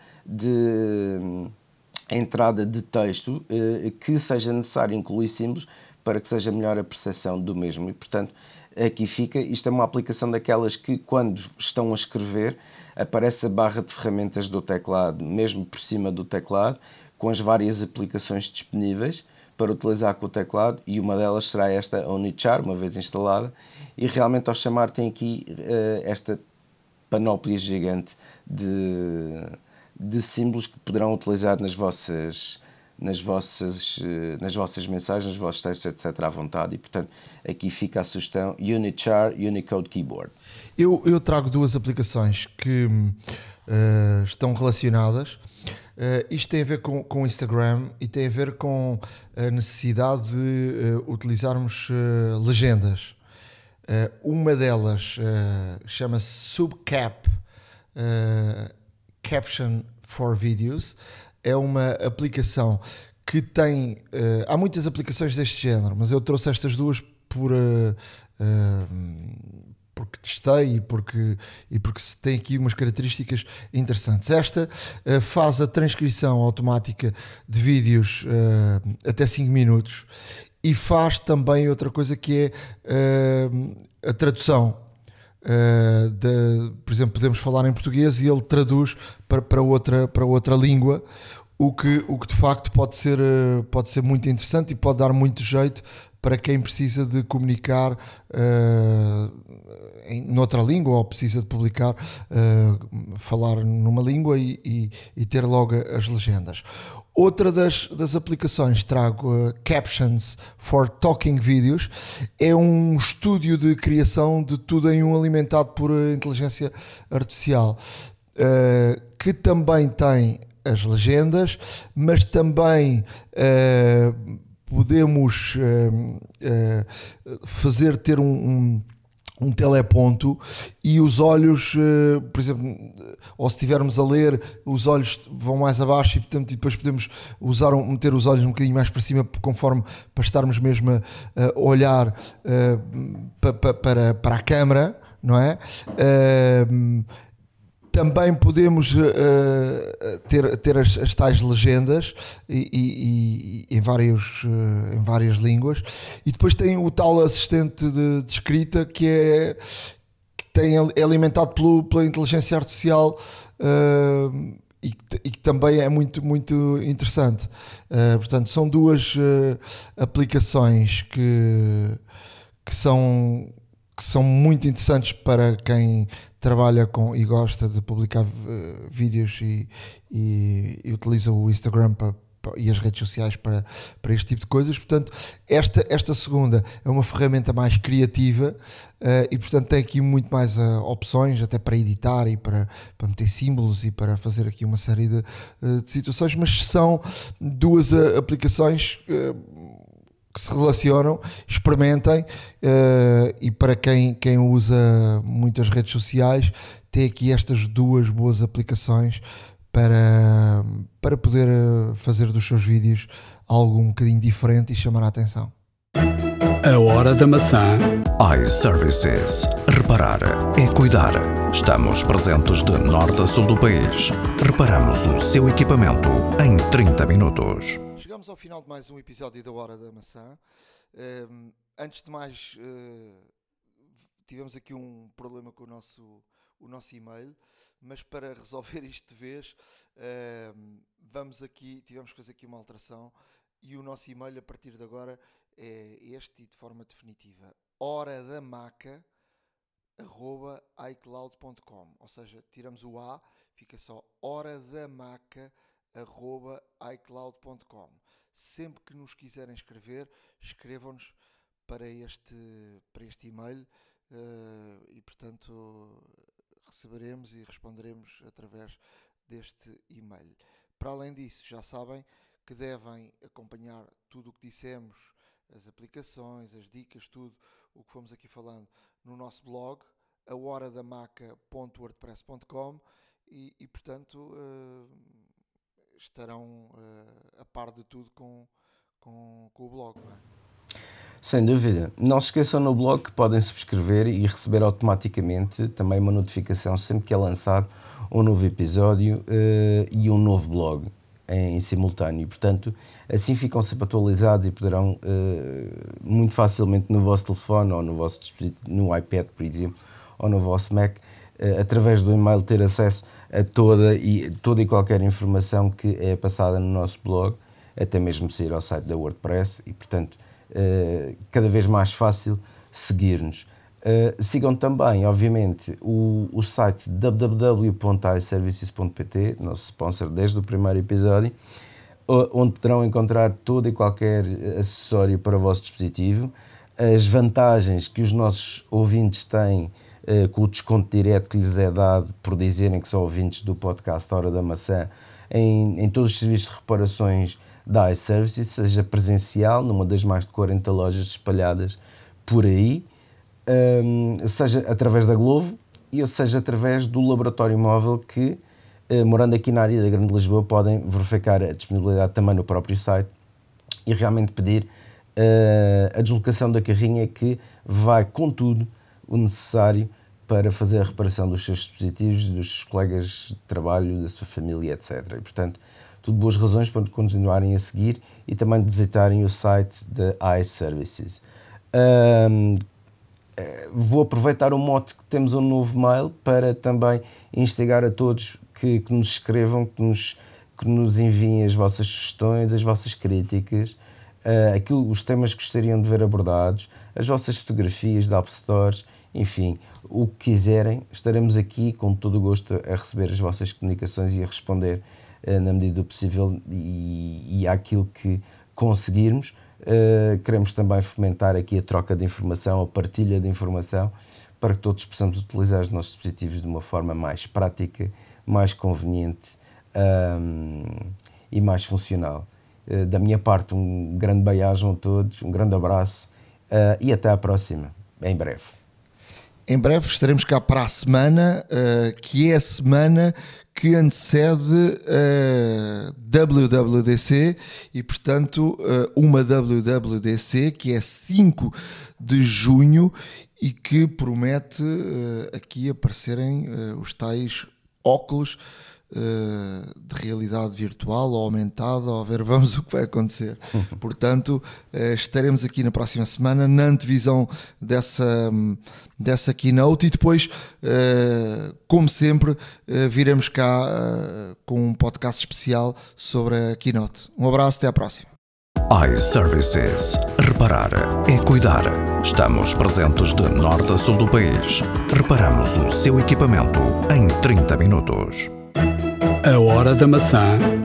de a entrada de texto uh, que seja necessário incluir símbolos para que seja melhor a percepção do mesmo. E, portanto, aqui fica, isto é uma aplicação daquelas que quando estão a escrever aparece a barra de ferramentas do teclado, mesmo por cima do teclado, com as várias aplicações disponíveis para utilizar com o teclado, e uma delas será esta Unichar, uma vez instalada, e realmente ao chamar tem aqui uh, esta panóplia gigante de, de símbolos que poderão utilizar nas vossas nas vossas, nas vossas mensagens, nos vossos textos, etcétera, à vontade. E, portanto, aqui fica a sugestão Unichar Unicode Keyboard. Eu, eu trago duas aplicações que uh, estão relacionadas. Uh, isto tem a ver com, com o Instagram e tem a ver com a necessidade de uh, utilizarmos uh, legendas. Uh, uma delas uh, chama-se Subcap uh, Caption for Videos. É uma aplicação que tem... Uh, há muitas aplicações deste género, mas eu trouxe estas duas por, uh, uh, porque testei e porque, e porque tem aqui umas características interessantes. Esta uh, faz a transcrição automática de vídeos uh, até cinco minutos e faz também outra coisa que é uh, a tradução. Uh, de, por exemplo, podemos falar em português e ele traduz para, para, outra, para outra língua, o que, o que de facto pode ser, uh, pode ser muito interessante e pode dar muito jeito para quem precisa de comunicar uh, em noutra língua ou precisa de publicar, uh, falar numa língua e, e, e ter logo as legendas. Outra das, das aplicações, trago uh, Captions for Talking Videos, é um estúdio de criação de tudo em um alimentado por uh, inteligência artificial, uh, que também tem as legendas, mas também uh, podemos uh, uh, fazer ter um, um um teleponto e os olhos, uh, por exemplo, ou se estivermos a ler, os olhos vão mais abaixo e, portanto, e depois podemos usar, meter os olhos um bocadinho mais para cima, conforme para estarmos mesmo a, a olhar uh, pa, pa, para, para a câmara, não é? Uh, Também podemos uh, ter, ter as, as tais legendas e, e, e em, vários, uh, em várias línguas. E depois tem o tal assistente de, de escrita que é, que tem, é alimentado pelo, pela inteligência artificial uh, e, que, e que também é muito, muito interessante. Uh, portanto, são duas uh, aplicações que, que são... que são muito interessantes para quem trabalha com e gosta de publicar uh, vídeos e, e, e utiliza o Instagram para, para, e as redes sociais para, para este tipo de coisas. Portanto, esta, esta segunda é uma ferramenta mais criativa uh, e, portanto, tem aqui muito mais uh, opções, até para editar e para, para meter símbolos e para fazer aqui uma série de, uh, de situações, mas são duas uh, aplicações uh, que se relacionam, experimentem, uh, e para quem, quem usa muitas redes sociais, tem aqui estas duas boas aplicações para, para poder fazer dos seus vídeos algo um bocadinho diferente e chamar a atenção. A Hora da Maçã. iServices. Reparar é cuidar. Estamos presentes de norte a sul do país. Reparamos o seu equipamento em trinta minutos. Chegamos ao final de mais um episódio da Hora da Maçã. Um, antes de mais, uh, tivemos aqui um problema com o nosso, o nosso e-mail, mas para resolver isto de vez, uh, vamos aqui, tivemos que fazer aqui uma alteração e o nosso e-mail a partir de agora é este e de forma definitiva: horadamaca arroba icloud ponto com, ou seja, tiramos o A, fica só horadamaca arroba icloud ponto com. Sempre que nos quiserem escrever, escrevam-nos para este, para este e-mail uh, e, portanto, receberemos e responderemos através deste e-mail. Para além disso, já sabem que devem acompanhar tudo o que dissemos, as aplicações, as dicas, tudo o que fomos aqui falando no nosso blog, a horadamaca ponto wordpress ponto com, e, e portanto... Uh, estarão uh, a par de tudo com, com, com o blog, não é? Sem dúvida. Não se esqueçam no blog que podem subscrever e receber automaticamente também uma notificação sempre que é lançado um novo episódio uh, e um novo blog em, em simultâneo. Portanto, assim ficam sempre atualizados e poderão uh, muito facilmente no vosso telefone ou no vosso dispositivo, no iPad, por exemplo, ou no vosso Mac, uh, através do e-mail ter acesso a toda e, toda e qualquer informação que é passada no nosso blog, até mesmo sair ao site da WordPress e, portanto, uh, cada vez mais fácil seguir-nos. Uh, sigam também, obviamente, o, o site w w w ponto iservices ponto p t, nosso sponsor desde o primeiro episódio, onde poderão encontrar todo e qualquer acessório para o vosso dispositivo, as vantagens que os nossos ouvintes têm uh, com o desconto direto que lhes é dado por dizerem que são ouvintes do podcast Hora da Maçã, em, em todos os serviços de reparações da iServices, seja presencial, numa das mais de quarenta lojas espalhadas por aí, um, seja através da Glovo, e ou seja através do laboratório móvel que, uh, morando aqui na área da Grande Lisboa, podem verificar a disponibilidade também no próprio site e realmente pedir uh, a deslocação da carrinha que vai com tudo o necessário para fazer a reparação dos seus dispositivos, dos seus colegas de trabalho, da sua família, etcétera. E, portanto, tudo boas razões para continuarem a seguir e também de visitarem o site da iServices. Um, vou aproveitar o mote que temos um novo mail para também instigar a todos que, que nos escrevam, que nos, que nos enviem as vossas sugestões, as vossas críticas, uh, aquilo, os temas que gostariam de ver abordados, as vossas fotografias de App Stores, enfim, o que quiserem. Estaremos aqui com todo o gosto a receber as vossas comunicações e a responder uh, na medida do possível e, e àquilo que conseguirmos. Uh, queremos também fomentar aqui a troca de informação, a partilha de informação, para que todos possamos utilizar os nossos dispositivos de uma forma mais prática, mais conveniente um, e mais funcional. Uh, da minha parte, um grande beijo a todos, um grande abraço uh, e até à próxima, em breve. Em breve estaremos cá para a semana, uh, que é a semana que antecede a W W D C e, portanto, uma W W D C que é cinco de junho e que promete aqui aparecerem os tais óculos uh, de realidade virtual ou aumentada, ou a ver, vamos o que vai acontecer. Portanto, uh, estaremos aqui na próxima semana na antevisão dessa, dessa keynote e depois, uh, como sempre, uh, viremos cá uh, com um podcast especial sobre a keynote. Um abraço, até à próxima. iServices. Reparar é cuidar. Estamos presentes de norte a sul do país. Reparamos o seu equipamento em trinta minutos. A hora da maçã